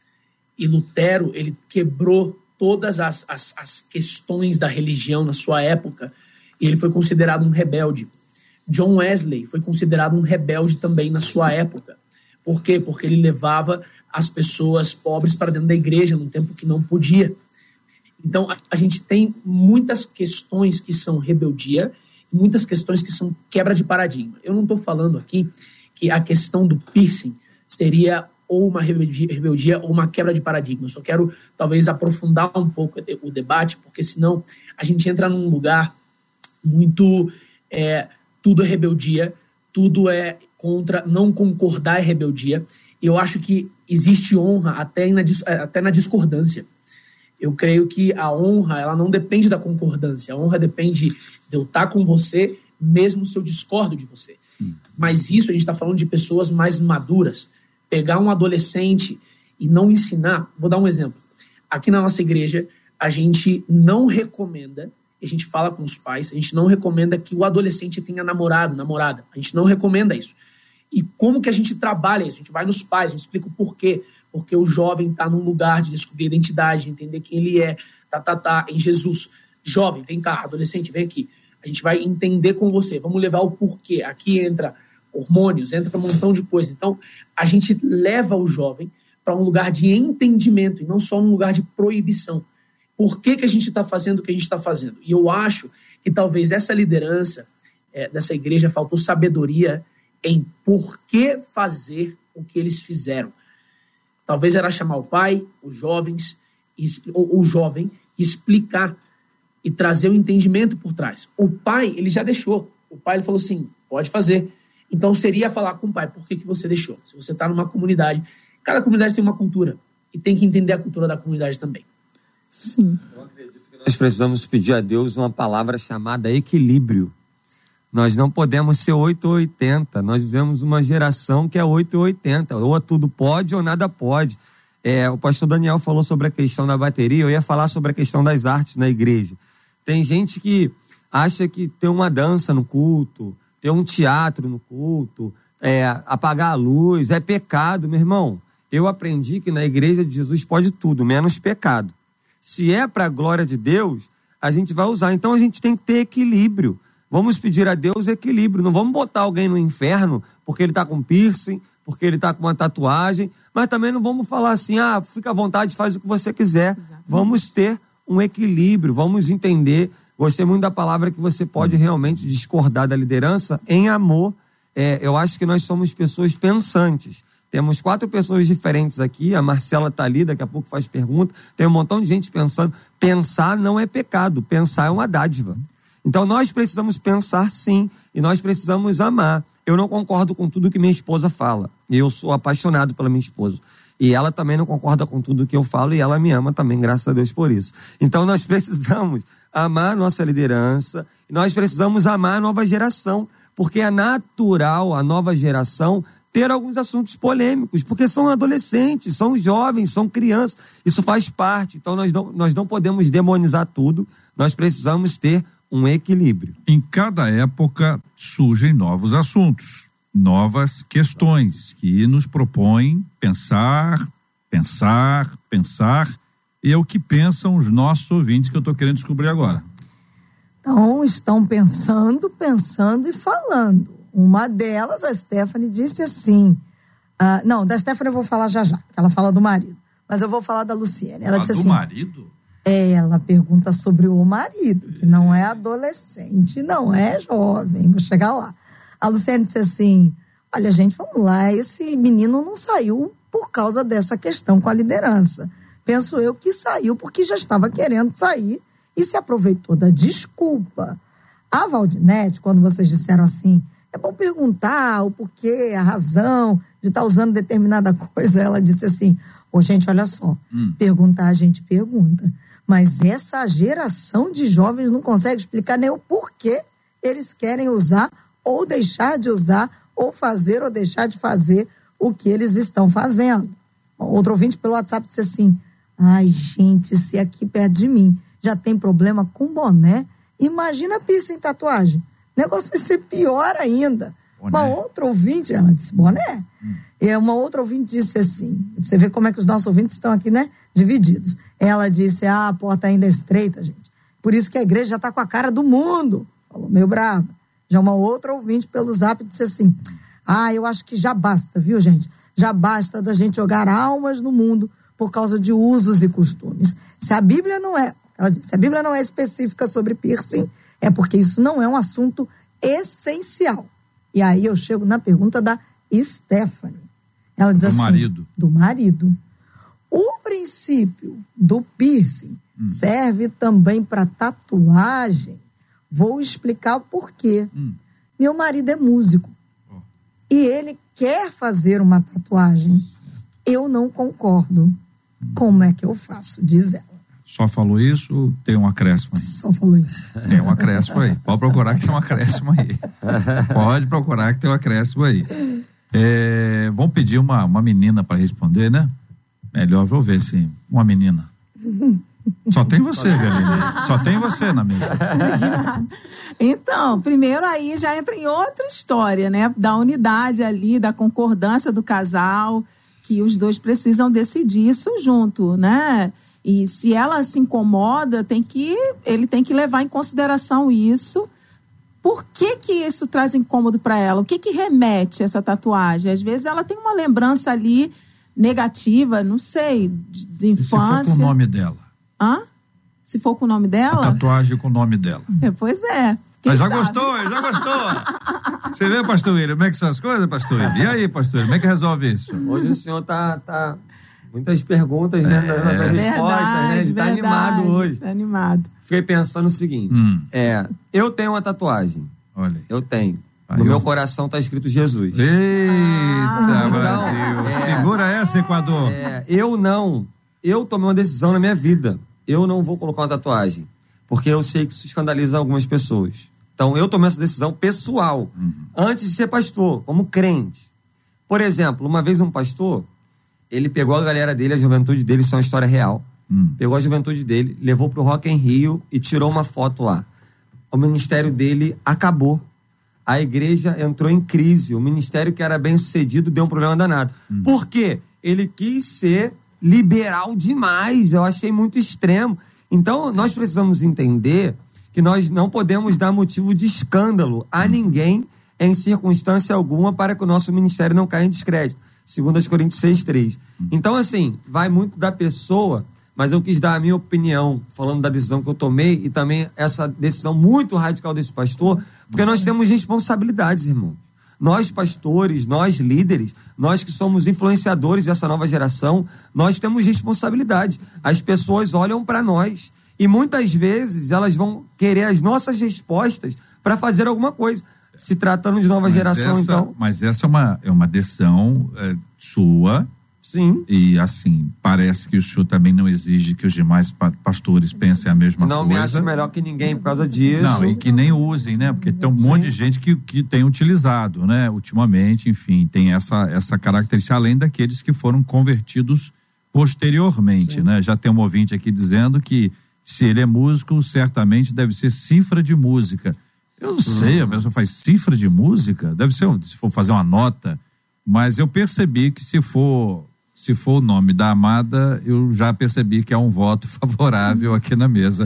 E Lutero, ele quebrou todas as, as, as questões da religião na sua época, e ele foi considerado um rebelde. John Wesley foi considerado um rebelde também na sua época. Por quê? Porque ele levava as pessoas pobres para dentro da igreja num tempo que não podia. Então, a, a gente tem muitas questões que são rebeldia, e muitas questões que são quebra de paradigma. Eu não estou falando aqui que a questão do piercing seria ou uma rebeldia, rebeldia ou uma quebra de paradigma. Eu só quero, talvez, aprofundar um pouco o debate, porque senão a gente entra num lugar muito... É, tudo é rebeldia, tudo é contra, não concordar é rebeldia. E eu acho que existe honra até na, até na discordância. Eu creio que a honra, ela não depende da concordância. A honra depende de eu estar com você, mesmo se eu discordo de você. Hum. Mas isso a gente está falando de pessoas mais maduras. Pegar um adolescente e não ensinar... Vou dar um exemplo. Aqui na nossa igreja, a gente não recomenda, a gente fala com os pais, a gente não recomenda que o adolescente tenha namorado, namorada. A gente não recomenda isso. E como que a gente trabalha isso? A gente vai nos pais, a gente explica o porquê. Porque o jovem está num lugar de descobrir a identidade, de entender quem ele é, tá, tá, tá, em Jesus. Jovem, vem cá, adolescente, vem aqui. A gente vai entender com você, vamos levar o porquê. Aqui entra hormônios, entra um montão de coisa. Então, a gente leva o jovem para um lugar de entendimento e não só um lugar de proibição. Por que, que a gente está fazendo o que a gente está fazendo? E eu acho que talvez essa liderança é, dessa igreja faltou sabedoria em por que fazer o que eles fizeram. Talvez era chamar o pai, os jovens, ou o jovem, explicar e trazer o entendimento por trás. O pai, ele já deixou. O pai, ele falou assim, pode fazer. Então, seria falar com o pai, por que, que você deixou? Se você está numa comunidade, cada comunidade tem uma cultura e tem que entender a cultura da comunidade também. Sim. Eu acredito que nós precisamos pedir a Deus uma palavra chamada equilíbrio. Nós não podemos ser oito ou oitenta. Nós vivemos uma geração que é oito ou oitenta. Ou tudo pode ou nada pode. É, o pastor Daniel falou sobre a questão da bateria. Eu ia falar sobre a questão das artes na igreja. Tem gente que acha que ter uma dança no culto, ter um teatro no culto, é, apagar a luz, é pecado. Meu irmão, eu aprendi que na igreja de Jesus pode tudo, menos pecado. Se é para a glória de Deus, a gente vai usar. Então a gente tem que ter equilíbrio. Vamos pedir a Deus equilíbrio. Não vamos botar alguém no inferno porque ele está com piercing, porque ele está com uma tatuagem, mas também não vamos falar assim, ah, fica à vontade, faz o que você quiser. Exatamente. Vamos ter um equilíbrio, vamos entender. Gostei muito da palavra que você pode realmente discordar da liderança em amor. É, eu acho que nós somos pessoas pensantes. Temos quatro pessoas diferentes aqui, a Marcela está ali, daqui a pouco faz pergunta, tem um montão de gente pensando. Pensar não é pecado, pensar é uma dádiva. Então nós precisamos pensar sim, e nós precisamos amar. Eu não concordo com tudo que minha esposa fala, eu sou apaixonado pela minha esposa, e ela também não concorda com tudo que eu falo, e ela me ama também, graças a Deus por isso. Então nós precisamos amar a nossa liderança, e nós precisamos amar a nova geração, porque é natural a nova geração ter alguns assuntos polêmicos, porque são adolescentes, são jovens, são crianças, isso faz parte. Então nós não, nós não podemos demonizar tudo, nós precisamos ter um equilíbrio. Em cada época surgem novos assuntos, novas questões que nos propõem pensar, pensar, pensar, e é o que pensam os nossos ouvintes que eu estou querendo descobrir agora. Então, estão pensando, pensando e falando. Uma delas, a Stephanie, disse assim, uh, não, da Stephanie eu vou falar já já, ela fala do marido, mas eu vou falar da Luciene. Ela ah, disse do assim, marido? É, ela pergunta sobre o marido, que não é adolescente, não é jovem, vou chegar lá. A Luciene disse assim, olha gente, vamos lá, esse menino não saiu por causa dessa questão com a liderança. Penso eu que saiu porque já estava querendo sair e se aproveitou da desculpa. A Valdinete, quando vocês disseram assim, é bom perguntar o porquê, a razão de estar usando determinada coisa, ela disse assim, ô gente, olha só, hum. perguntar a gente pergunta, mas essa geração de jovens não consegue explicar nem o porquê eles querem usar ou deixar de usar, ou fazer ou deixar de fazer o que eles estão fazendo. Outro ouvinte pelo WhatsApp disse assim, ai gente, se aqui perto de mim já tem problema com boné, imagina piercing, tatuagem. O negócio vai ser pior ainda. Boné. Uma outra ouvinte, ela disse boné. Hum. E uma outra ouvinte disse assim, você vê como é que os nossos ouvintes estão aqui, né? Divididos. Ela disse, ah, a porta ainda é estreita, gente. Por isso que a igreja já está com a cara do mundo. Falou, meio brava. Já uma outra ouvinte pelo Zap disse assim, ah, eu acho que já basta, viu, gente? Já basta da gente jogar almas no mundo por causa de usos e costumes. Se a Bíblia não é, ela disse, se a Bíblia não é específica sobre piercing, é porque isso não é um assunto essencial. E aí eu chego na pergunta da Stephanie. Ela diz do assim... marido. Do marido. O princípio do piercing hum. serve também para tatuagem. Vou explicar o porquê. Hum. Meu marido é músico. Oh. E ele quer fazer uma tatuagem. Eu não concordo. Hum. Como é que eu faço? Diz ela. Só falou isso, tem um acréscimo aí. Só falou isso. Tem um acréscimo aí. Pode procurar que tem um acréscimo aí. Pode procurar que tem um acréscimo aí. É, vamos pedir uma, uma menina para responder, né? Melhor, vou ver se uma menina. Só tem você, Galinha. Só tem você na mesa. Então, primeiro aí já entra em outra história, né? Da unidade ali, da concordância do casal, que os dois precisam decidir isso junto, né? E se ela se incomoda, tem que, ele tem que levar em consideração isso. Por que que isso traz incômodo para ela? O que que remete essa tatuagem? Às vezes ela tem uma lembrança ali negativa, não sei, de, de infância. E se for com o nome dela? Hã? Se for com o nome dela? A tatuagem com o nome dela. É, pois é. Mas já sabe? gostou, já gostou. Você vê, pastor William, como é que são as coisas, pastor William? E aí, pastor William, como é que resolve isso? Hoje o senhor tá... tá... Muitas perguntas, né? Das nossas verdade, respostas, né? A gente tá animado hoje. Tá animado. Fiquei pensando o seguinte: hum. é, eu tenho uma tatuagem. Olha. Eu tenho. Aí no eu... meu coração tá escrito Jesus. Eita, ah, Brasil. Então, é, segura essa, Equador. É, eu não. Eu tomei uma decisão na minha vida. Eu não vou colocar uma tatuagem. Porque eu sei que isso escandaliza algumas pessoas. Então, eu tomei essa decisão pessoal. Uhum. Antes de ser pastor, como crente. Por exemplo, uma vez um pastor... Ele pegou a galera dele, a juventude dele, isso é uma história real. Hum. Pegou a juventude dele, levou pro Rock in Rio e tirou uma foto lá. O ministério dele acabou. A igreja entrou em crise. O ministério que era bem sucedido deu um problema danado. Hum. Por quê? Ele quis ser liberal demais. Eu achei muito extremo. Então, nós precisamos entender que nós não podemos dar motivo de escândalo a ninguém em circunstância alguma para que o nosso ministério não caia em descrédito. Segundo Coríntios seis, três. Então, assim, vai muito da pessoa, mas eu quis dar a minha opinião, falando da decisão que eu tomei, e também essa decisão muito radical desse pastor, porque nós temos responsabilidades, irmão. Nós, pastores, nós, líderes, nós que somos influenciadores dessa nova geração, nós temos responsabilidade. As pessoas olham para nós, e muitas vezes elas vão querer as nossas respostas para fazer alguma coisa. Se tratando de nova mas geração, essa, então... Mas essa é uma, é uma decisão é, sua. Sim. E, assim, parece que o senhor também não exige que os demais pa- pastores pensem a mesma não coisa. Não me acho melhor que ninguém por causa disso. Não, e que nem usem, né? Porque tem um Sim. monte de gente que, que tem utilizado, né? Ultimamente, enfim, tem essa, essa característica, além daqueles que foram convertidos posteriormente, Sim. né? Já tem um ouvinte aqui dizendo que se ele é músico, certamente deve ser cifra de música. Eu não sei, a pessoa faz cifra de música, deve ser, se for fazer uma nota, mas eu percebi que se for, se for o nome da amada, eu já percebi que há um voto favorável aqui na mesa,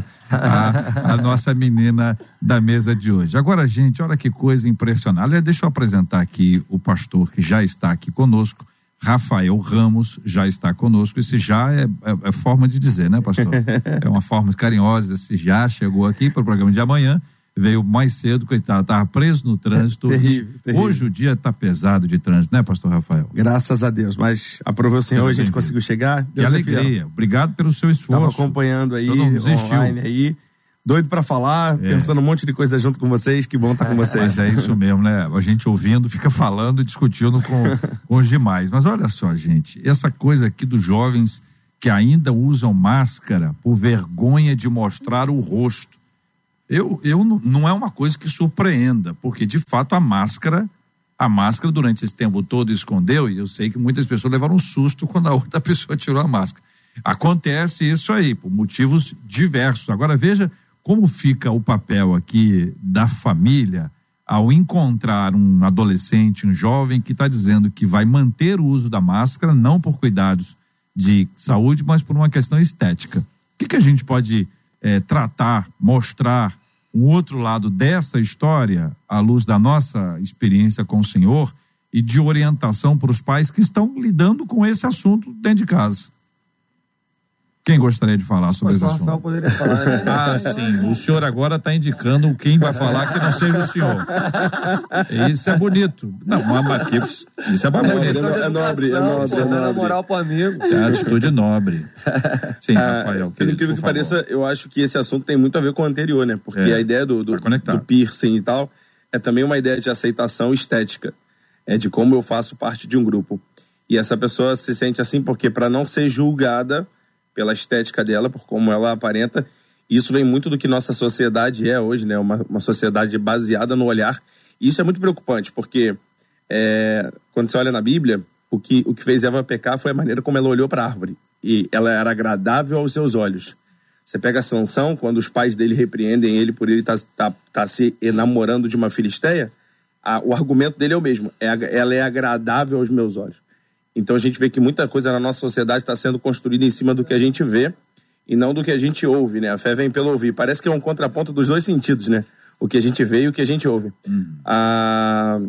a, a nossa menina da mesa de hoje. Agora, gente, olha que coisa impressionante. Deixa eu apresentar aqui o pastor que já está aqui conosco, Rafael Ramos, já está conosco. Esse já é, é, é forma de dizer, né, pastor? É uma forma carinhosa, esse já chegou aqui para o programa de amanhã. Veio mais cedo, coitado, estava preso no trânsito. Terrível, terrível. Hoje o dia está pesado de trânsito, né, pastor Rafael? Graças a Deus, mas aprovou o Senhor, hoje a gente conseguiu chegar. Que alegria, obrigado pelo seu esforço. Estava acompanhando aí, online aí, doido para falar, é. pensando um monte de coisa junto com vocês, que bom estar com vocês. Mas é isso mesmo, né? A gente ouvindo, fica falando e discutindo com, com os demais. Mas olha só, gente, essa coisa aqui dos jovens que ainda usam máscara por vergonha de mostrar o rosto. Eu, eu não é uma coisa que surpreenda, porque de fato a máscara, a máscara durante esse tempo todo escondeu, e eu sei que muitas pessoas levaram um susto quando a outra pessoa tirou a máscara. Acontece isso aí, por motivos diversos. Agora veja como fica o papel aqui da família ao encontrar um adolescente, um jovem que está dizendo que vai manter o uso da máscara, não por cuidados de saúde, mas por uma questão estética. O que, que a gente pode É, tratar, mostrar um outro lado dessa história à luz da nossa experiência com o Senhor e de orientação para os pais que estão lidando com esse assunto dentro de casa? Quem gostaria de falar sobre esse assunto? Rafael poderia falar, né? Ah, sim. O senhor agora está indicando quem vai falar que não seja o senhor. Isso é bonito. Não, mas aqui, isso é mais bonito. É nobre, é nobre. É nobre. moral pro amigo. É atitude nobre. Sim, Rafael. Pelo incrível que pareça, eu acho que esse assunto tem muito a ver com o anterior, né? Porque é, a ideia do, do, do piercing e tal é também uma ideia de aceitação estética. É de como eu faço parte de um grupo. E essa pessoa se sente assim porque, para não ser julgada pela estética dela, por como ela aparenta, isso vem muito do que nossa sociedade é hoje, né? Uma, uma sociedade baseada no olhar. E isso é muito preocupante, porque é, quando você olha na Bíblia, o que, o que fez Eva pecar foi a maneira como ela olhou para a árvore. E ela era agradável aos seus olhos. Você pega Sansão, quando os pais dele repreendem ele por ele estar tá, tá, tá se enamorando de uma filisteia, a, o argumento dele é o mesmo. É, ela é agradável aos meus olhos. Então a gente vê que muita coisa na nossa sociedade está sendo construída em cima do que a gente vê e não do que a gente ouve, né? A fé vem pelo ouvir. Parece que é um contraponto dos dois sentidos, né? O que a gente vê e o que a gente ouve. Uhum. Ah,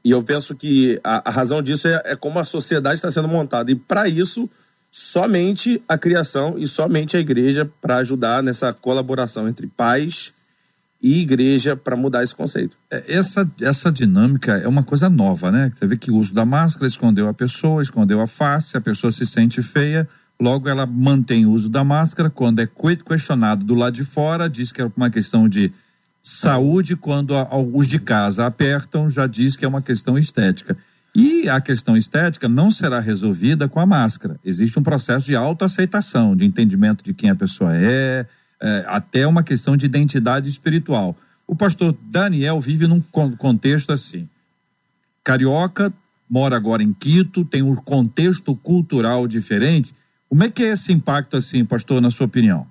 E eu penso que a, a razão disso é, é como a sociedade está sendo montada. E para isso, somente a criação e somente a igreja para ajudar nessa colaboração entre pais e igreja para mudar esse conceito. Essa, essa dinâmica é uma coisa nova, né? Você vê que o uso da máscara escondeu a pessoa, escondeu a face, a pessoa se sente feia, logo ela mantém o uso da máscara. Quando é questionado do lado de fora, diz que é uma questão de saúde. Quando os de casa apertam, já diz que é uma questão estética. E a questão estética não será resolvida com a máscara. Existe um processo de autoaceitação, de entendimento de quem a pessoa é, é até uma questão de identidade espiritual. O pastor Daniel vive num contexto assim. Carioca, mora agora em Quito, tem um contexto cultural diferente. Como é que é esse impacto assim, pastor, na sua opinião?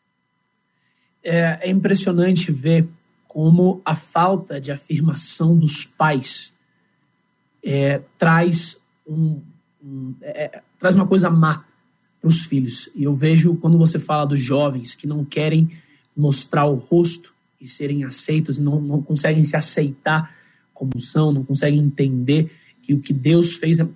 É, é impressionante ver como a falta de afirmação dos pais é, traz, um, um, é, traz uma coisa má para os filhos. E eu vejo quando você fala dos jovens que não querem mostrar o rosto e serem aceitos, não, não conseguem se aceitar como são, não conseguem entender que o que Deus fez é...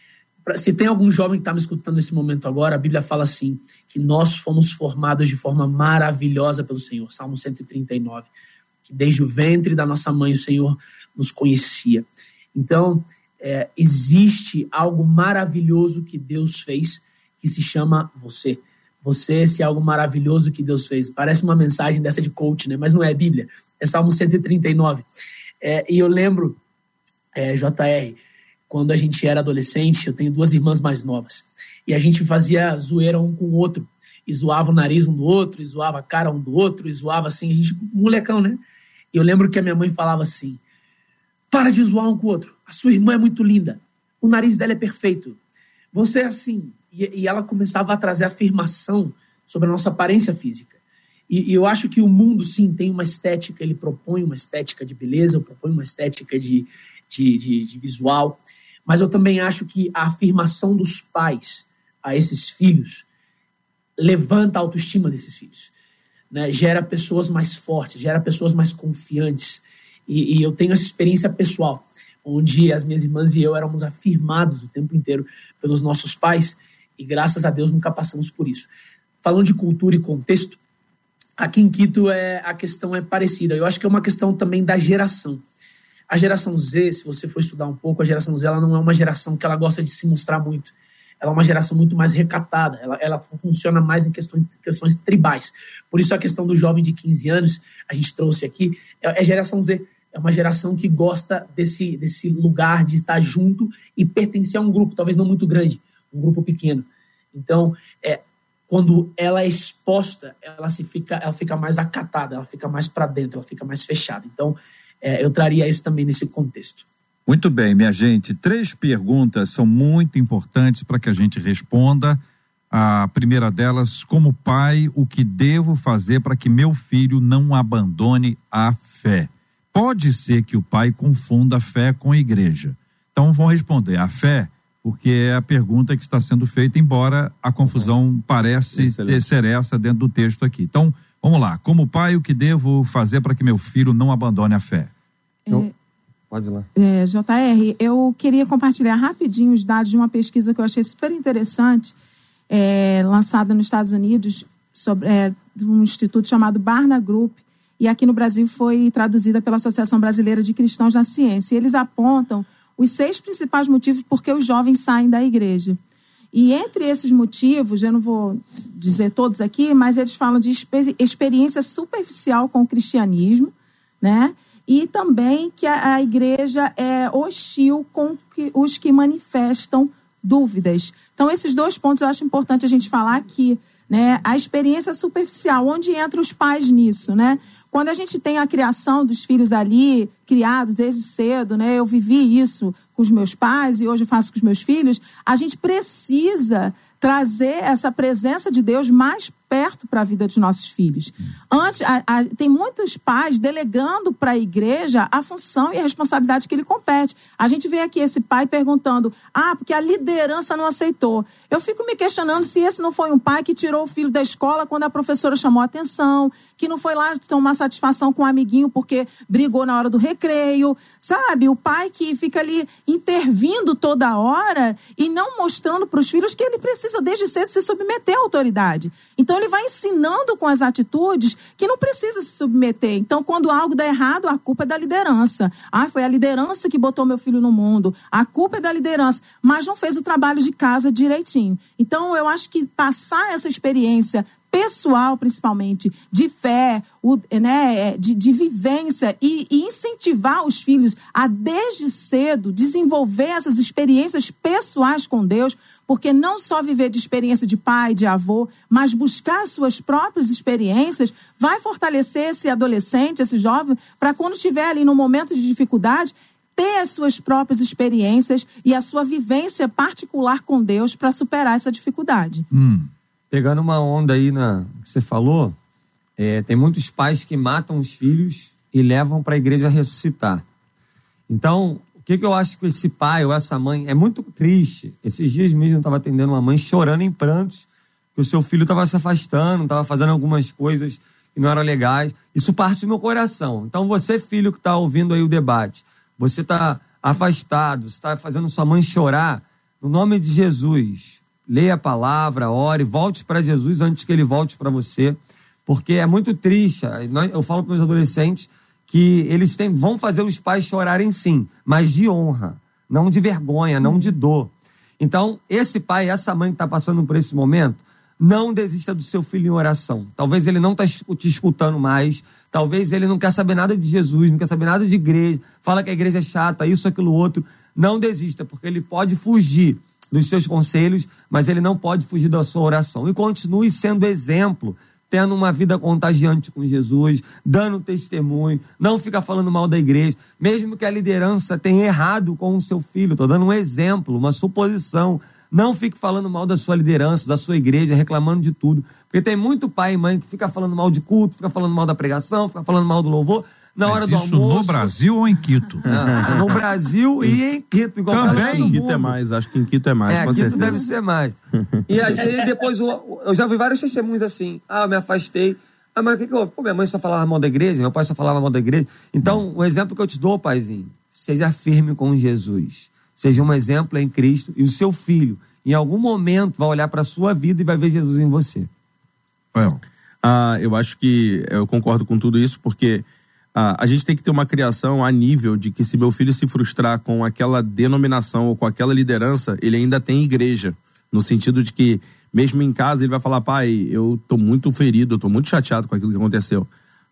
Se tem algum jovem que está me escutando nesse momento agora, a Bíblia fala assim, que nós fomos formados de forma maravilhosa pelo Senhor, Salmo cento e trinta e nove, que desde o ventre da nossa mãe o Senhor nos conhecia. Então, é, existe algo maravilhoso que Deus fez, que se chama você. Você, esse algo maravilhoso que Deus fez. Parece uma mensagem dessa de coach, né? Mas não é Bíblia, é Salmo cento e trinta e nove. É, e eu lembro, é, J R, quando a gente era adolescente, eu tenho duas irmãs mais novas, e a gente fazia zoeira um com o outro, e zoava o nariz um do outro, e zoava a cara um do outro, e zoava assim, a gente, molecão, né? E eu lembro que a minha mãe falava assim, para de zoar um com o outro, a sua irmã é muito linda, o nariz dela é perfeito, você é assim. E, e ela começava a trazer afirmação sobre a nossa aparência física. E, e eu acho que o mundo, sim, tem uma estética, ele propõe uma estética de beleza, propõe uma estética de, de, de, de visual, mas eu também acho que a afirmação dos pais a esses filhos levanta a autoestima desses filhos, né? Gera pessoas mais fortes, gera pessoas mais confiantes. E, e eu tenho essa experiência pessoal, onde as minhas irmãs e eu éramos afirmados o tempo inteiro pelos nossos pais, e graças a Deus nunca passamos por isso. Falando de cultura e contexto, aqui em Quito é, a questão é parecida. Eu acho que é uma questão também da geração. A geração Z, se você for estudar um pouco, a geração Z ela não é uma geração que ela gosta de se mostrar muito. Ela é uma geração muito mais recatada. Ela, ela funciona mais em questões, questões tribais. Por isso a questão do jovem de quinze anos, a gente trouxe aqui, é, é geração Z. É uma geração que gosta desse, desse lugar de estar junto e pertencer a um grupo, talvez não muito grande, um grupo pequeno. Então, é, quando ela é exposta, ela, se fica, ela fica mais acatada, ela fica mais para dentro, ela fica mais fechada. Então, É, eu traria isso também nesse contexto. Muito bem, minha gente. Três perguntas são muito importantes para que a gente responda. A primeira delas, como pai, o que devo fazer para que meu filho não abandone a fé? Pode ser que o pai confunda a fé com a igreja. Então, vão responder a fé, porque é a pergunta que está sendo feita, embora a confusão parece ter, ser essa dentro do texto aqui. Então, vamos lá, como pai, o que devo fazer para que meu filho não abandone a fé? Eu, pode ir lá. É, J R, eu queria compartilhar rapidinho os dados de uma pesquisa que eu achei super interessante, é, lançada nos Estados Unidos, sobre é, um instituto chamado Barna Group, e aqui no Brasil foi traduzida pela Associação Brasileira de Cristãos na Ciência. E eles apontam os seis principais motivos por que os jovens saem da igreja. E entre esses motivos, eu não vou dizer todos aqui, mas eles falam de exper- experiência superficial com o cristianismo, né? E também que a, a igreja é hostil com que, os que manifestam dúvidas. Então, esses dois pontos eu acho importante a gente falar aqui, né? A experiência superficial, onde entram os pais nisso, né? Quando a gente tem a criação dos filhos ali, criados desde cedo, né? Eu vivi isso com os meus pais e hoje eu faço com os meus filhos. A gente precisa trazer essa presença de Deus mais perto para a vida dos nossos filhos. Antes, a, a, tem muitos pais delegando para a igreja a função e a responsabilidade que lhe compete. A gente vê aqui esse pai perguntando, ah, porque a liderança não aceitou. Eu fico me questionando se esse não foi um pai que tirou o filho da escola quando a professora chamou a atenção, que não foi lá tomar satisfação com o amiguinho porque brigou na hora do recreio, sabe? O pai que fica ali intervindo toda hora e não mostrando para os filhos que ele precisa desde cedo se submeter à autoridade. Então ele vai ensinando com as atitudes que não precisa se submeter. Então quando algo dá errado, a culpa é da liderança. Ah, foi a liderança que botou meu filho no mundo. A culpa é da liderança, mas não fez o trabalho de casa direitinho. Então eu acho que passar essa experiência pessoal, principalmente, de fé, o, né, de, de vivência e, e incentivar os filhos a, desde cedo, desenvolver essas experiências pessoais com Deus, porque não só viver de experiência de pai, de avô, mas buscar suas próprias experiências, vai fortalecer esse adolescente, esse jovem, para quando estiver ali no momento de dificuldade, ter as suas próprias experiências e a sua vivência particular com Deus para superar essa dificuldade. Hum. Pegando uma onda aí na que você falou, é, tem muitos pais que matam os filhos e levam para a igreja ressuscitar. Então, o que, que eu acho que esse pai ou essa mãe... É muito triste. Esses dias mesmo eu estava atendendo uma mãe chorando em prantos que o seu filho estava se afastando, estava fazendo algumas coisas que não eram legais. Isso parte do meu coração. Então, você, filho que está ouvindo aí o debate, você está afastado, você está fazendo sua mãe chorar, no nome de Jesus... Leia a palavra, ore, volte para Jesus antes que ele volte para você, porque é muito triste. Eu falo para os adolescentes que eles têm, vão fazer os pais chorarem sim, mas de honra, não de vergonha, não de dor. Então, esse pai, essa mãe que está passando por esse momento, não desista do seu filho em oração. Talvez ele não está te escutando mais, talvez ele não quer saber nada de Jesus, não quer saber nada de igreja, fala que a igreja é chata, isso, aquilo, outro. Não desista, porque ele pode fugir dos seus conselhos, mas ele não pode fugir da sua oração. E continue sendo exemplo, tendo uma vida contagiante com Jesus, dando testemunho, não fica falando mal da igreja, mesmo que a liderança tenha errado com o seu filho. Estou dando um exemplo, uma suposição. Não fique falando mal da sua liderança, da sua igreja, reclamando de tudo. Porque tem muito pai e mãe que fica falando mal de culto, fica falando mal da pregação, fica falando mal do louvor. Na Mas hora do isso almoço. No Brasil ou em Quito? Ah, no Brasil e em Quito. Igual também. Em Quito é mais, acho que em Quito é mais. É, com Quito certeza. deve ser mais. E aí depois eu, eu já vi vários testemunhos assim. Ah, eu me afastei. Ah, mas o que que houve? Pô, minha mãe só falava mal da igreja, meu pai só falava mal da igreja. Então, o exemplo que eu te dou, paizinho, seja firme com Jesus. Seja um exemplo em Cristo e o seu filho, em algum momento, vai olhar para a sua vida e vai ver Jesus em você. Well. Ah, eu acho que eu concordo com tudo isso, porque ah, a gente tem que ter uma criação a nível de que se meu filho se frustrar com aquela denominação ou com aquela liderança, ele ainda tem igreja. No sentido de que, mesmo em casa, ele vai falar, pai, eu tô muito ferido, eu tô muito chateado com aquilo que aconteceu.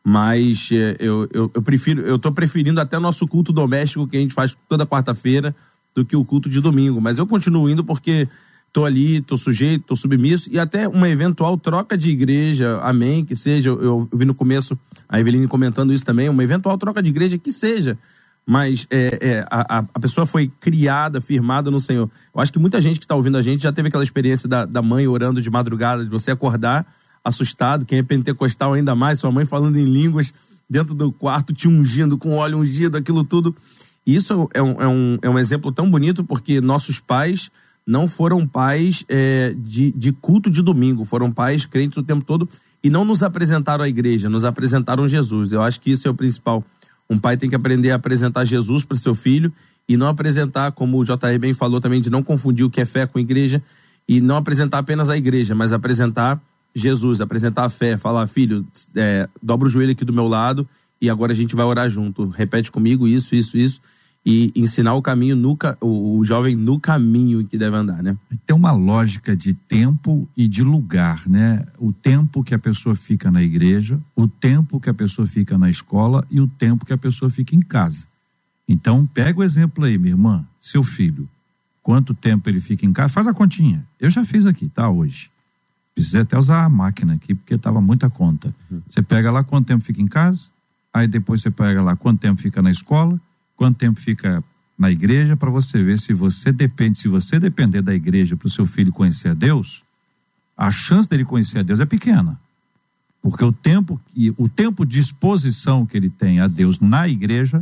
Mas é, eu, eu, eu prefiro, eu tô preferindo até o nosso culto doméstico que a gente faz toda quarta-feira do que o culto de domingo. Mas eu continuo indo porque tô ali, tô sujeito, tô submisso, e até uma eventual troca de igreja, amém, que seja, eu, eu vi no começo a Eveline comentando isso também, uma eventual troca de igreja, que seja, mas é, é, a, a pessoa foi criada, firmada no Senhor. Eu acho que muita gente que está ouvindo a gente já teve aquela experiência da, da mãe orando de madrugada, de você acordar assustado, quem é pentecostal ainda mais, sua mãe falando em línguas dentro do quarto, te ungindo com óleo ungido, aquilo tudo. E isso é um, é, um, é um exemplo tão bonito, porque nossos pais não foram pais é, de, de culto de domingo, foram pais crentes o tempo todo e não nos apresentaram à igreja, nos apresentaram Jesus. Eu acho que isso é o principal. Um pai tem que aprender a apresentar Jesus para o seu filho e não apresentar, como o J R bem falou também, de não confundir o que é fé com igreja e não apresentar apenas a igreja, mas apresentar Jesus, apresentar a fé, falar, filho, é, dobra o joelho aqui do meu lado e agora a gente vai orar junto. Repete comigo isso, isso, isso. E ensinar o caminho, no, o, o jovem no caminho que deve andar, né? Tem uma lógica de tempo e de lugar, né? O tempo que a pessoa fica na igreja, o tempo que a pessoa fica na escola e o tempo que a pessoa fica em casa. Então, pega o exemplo aí, minha irmã, seu filho. Quanto tempo ele fica em casa? Faz a continha. Eu já fiz aqui, tá? Hoje. Precisei até usar a máquina aqui, porque tava muita conta. Uhum. Você pega lá quanto tempo fica em casa, aí depois você pega lá quanto tempo fica na escola, quanto tempo fica na igreja, para você ver se você depende, se você depender da igreja para o seu filho conhecer a Deus, a chance dele conhecer a Deus é pequena. Porque o tempo, o tempo de exposição que ele tem a Deus na igreja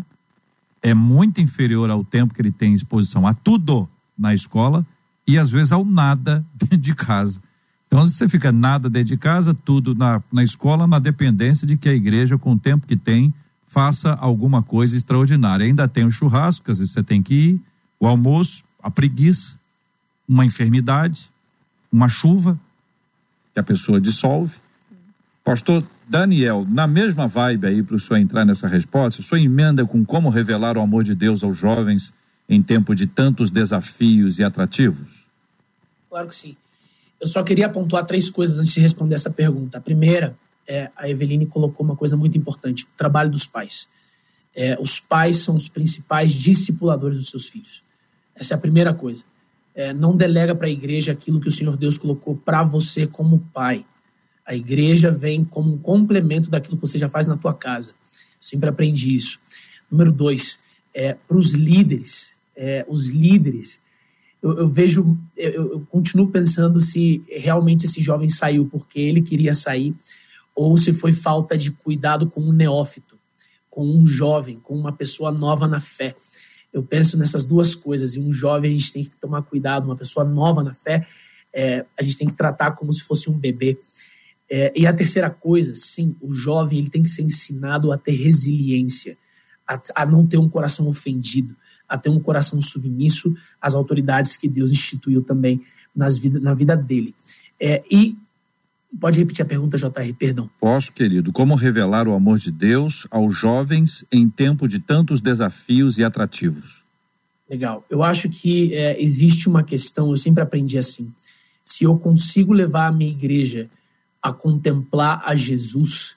é muito inferior ao tempo que ele tem exposição a tudo na escola e às vezes ao nada dentro de casa. Então você fica nada dentro de casa, tudo na, na escola, na dependência de que a igreja, com o tempo que tem, faça alguma coisa extraordinária. Ainda tem o churrasco, que às vezes você tem que ir, o almoço, a preguiça, uma enfermidade, uma chuva que a pessoa dissolve. Pastor Daniel, na mesma vibe aí para o senhor entrar nessa resposta, o senhor emenda com como revelar o amor de Deus aos jovens em tempo de tantos desafios e atrativos? Claro que sim. Eu só queria pontuar três coisas antes de responder essa pergunta. A primeira, é, a Eveline colocou uma coisa muito importante, o trabalho dos pais. É, os pais são os principais discipuladores dos seus filhos. Essa é a primeira coisa. É, não delega para a igreja aquilo que o Senhor Deus colocou para você como pai. A igreja vem como um complemento daquilo que você já faz na tua casa. Sempre aprendi isso. Número dois, é, para os líderes, é, os líderes, eu, eu vejo, eu, eu continuo pensando se realmente esse jovem saiu porque ele queria sair ou se foi falta de cuidado com um neófito, com um jovem, com uma pessoa nova na fé. Eu penso nessas duas coisas, e um jovem a gente tem que tomar cuidado, uma pessoa nova na fé, é, a gente tem que tratar como se fosse um bebê. É, e a terceira coisa, sim, o jovem ele tem que ser ensinado a ter resiliência, a, a não ter um coração ofendido, a ter um coração submisso às autoridades que Deus instituiu também nas vida, na vida dele. É, e pode repetir a pergunta, J R, perdão. Posso, querido. Como revelar o amor de Deus aos jovens em tempo de tantos desafios e atrativos? Legal. Eu acho que é, existe uma questão, eu sempre aprendi assim, se eu consigo levar a minha igreja a contemplar a Jesus,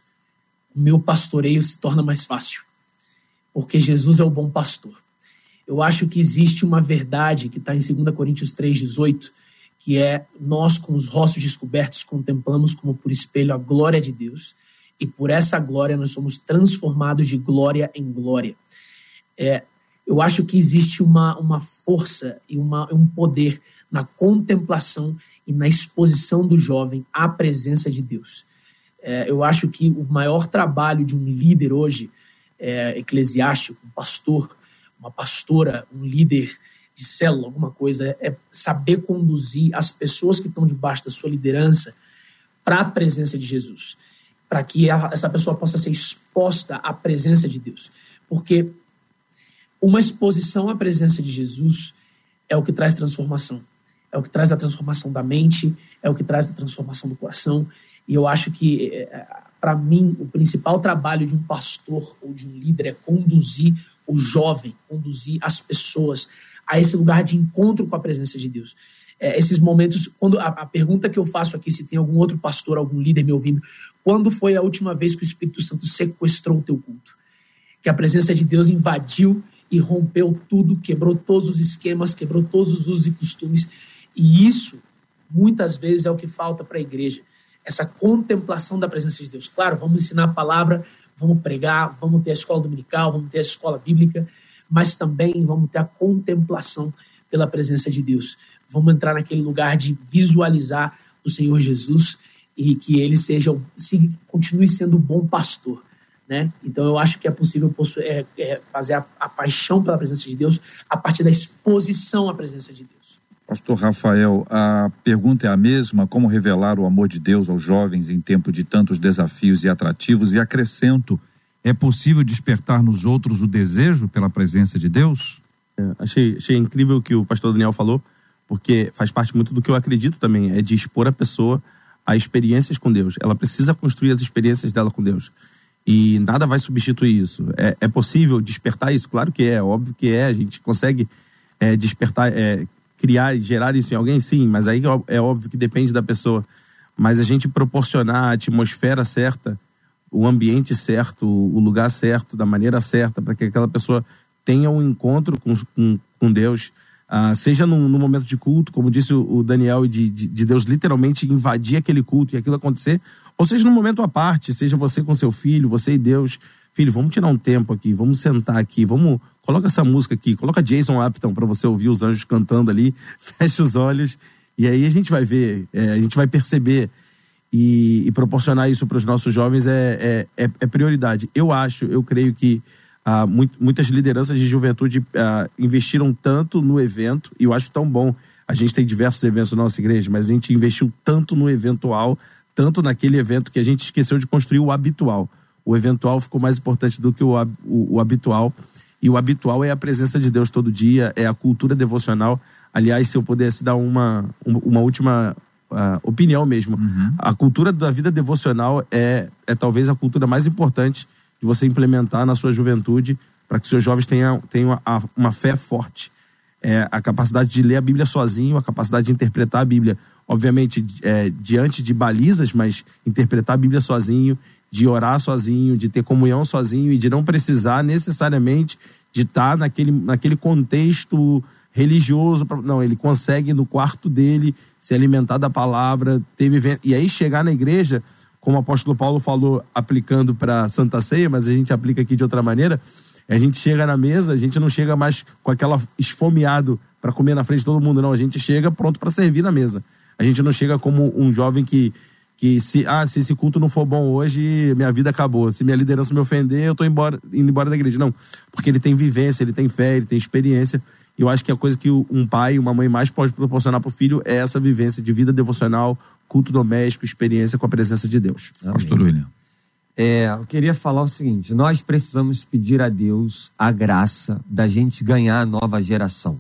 o meu pastoreio se torna mais fácil, porque Jesus é o bom pastor. Eu acho que existe uma verdade que está em dois Coríntios três, dezoito, que é: nós com os rostos descobertos contemplamos como por espelho a glória de Deus, e por essa glória nós somos transformados de glória em glória. É, eu acho que existe uma, uma força e uma, um poder na contemplação e na exposição do jovem à presença de Deus. É, eu acho que o maior trabalho de um líder hoje, é, eclesiástico, um pastor, uma pastora, um líder de célula, alguma coisa, é saber conduzir as pessoas que estão debaixo da sua liderança para a presença de Jesus, para que essa pessoa possa ser exposta à presença de Deus. Porque uma exposição à presença de Jesus é o que traz transformação. É o que traz a transformação da mente, é o que traz a transformação do coração. E eu acho que, para mim, o principal trabalho de um pastor ou de um líder é conduzir o jovem, conduzir as pessoas a esse lugar de encontro com a presença de Deus. É, esses momentos, quando a, a pergunta que eu faço aqui, se tem algum outro pastor, algum líder me ouvindo, quando foi a última vez que o Espírito Santo sequestrou o teu culto? Que a presença de Deus invadiu e rompeu tudo, quebrou todos os esquemas, quebrou todos os usos e costumes. E isso, muitas vezes, é o que falta para a igreja. Essa contemplação da presença de Deus. Claro, vamos ensinar a palavra, vamos pregar, vamos ter a escola dominical, vamos ter a escola bíblica, mas também vamos ter a contemplação pela presença de Deus. Vamos entrar naquele lugar de visualizar o Senhor Jesus e que ele seja, se, continue sendo o bom pastor, né? Então eu acho que é possível é, é, fazer a, a paixão pela presença de Deus a partir da exposição à presença de Deus. Pastor Rafael, a pergunta é a mesma: como revelar o amor de Deus aos jovens em tempo de tantos desafios e atrativos? E acrescento, é possível despertar nos outros o desejo pela presença de Deus? É, achei, achei incrível o que o pastor Daniel falou, porque faz parte muito do que eu acredito também, é de expor a pessoa a experiências com Deus. Ela precisa construir as experiências dela com Deus. E nada vai substituir isso. É, é possível despertar isso? Claro que é, óbvio que é. A gente consegue é, despertar... É, criar e gerar isso em alguém, sim, mas aí é óbvio que depende da pessoa. Mas a gente proporcionar a atmosfera certa, o ambiente certo, o lugar certo, da maneira certa, para que aquela pessoa tenha um encontro com, com, com Deus, ah, seja no, no momento de culto, como disse o, o Daniel, de, de, de Deus literalmente invadir aquele culto e aquilo acontecer, ou seja no momento à parte, seja você com seu filho, você e Deus. Filho, vamos tirar um tempo aqui, vamos sentar aqui, vamos... Coloca essa música aqui, coloca Jason Apton para você ouvir os anjos cantando ali, fecha os olhos E aí a gente vai ver, é, a gente vai perceber e, e proporcionar isso para os nossos jovens é, é, é, é prioridade. Eu acho, eu creio que ah, muito, muitas lideranças de juventude ah, investiram tanto no evento, e eu acho tão bom. A gente tem diversos eventos na nossa igreja, mas a gente investiu tanto no eventual, tanto naquele evento, que a gente esqueceu de construir o habitual. O eventual ficou mais importante do que o, o, o habitual. E o habitual é a presença de Deus todo dia, é a cultura devocional. Aliás, se eu pudesse dar uma, uma última uh, opinião mesmo, uhum. a cultura da vida devocional é, é talvez a cultura mais importante de você implementar na sua juventude, para que seus jovens tenham, tenham a, uma fé forte. É, a capacidade de ler a Bíblia sozinho, a capacidade de interpretar a Bíblia, obviamente, é, diante de balizas, mas interpretar a Bíblia sozinho, de orar sozinho, de ter comunhão sozinho e de não precisar necessariamente de estar naquele, naquele contexto religioso. Pra, não, ele consegue no quarto dele se alimentar da palavra, ter vivendo, e aí chegar na igreja, como o apóstolo Paulo falou, aplicando para Santa Ceia, mas a gente aplica aqui de outra maneira. A gente chega na mesa, a gente não chega mais com aquela esfomeado para comer na frente de todo mundo, não. A gente chega pronto para servir na mesa. A gente não chega como um jovem que, que se, ah, se esse culto não for bom hoje, minha vida acabou. Se minha liderança me ofender, eu tô embora, indo embora da igreja. Não, porque ele tem vivência, ele tem fé, ele tem experiência. E eu acho que a coisa que um pai, uma mãe mais pode proporcionar pro filho é essa vivência de vida devocional, culto doméstico, experiência com a presença de Deus. Amém. Pastor William. É, eu queria falar o seguinte: nós precisamos pedir a Deus a graça da gente ganhar a nova geração.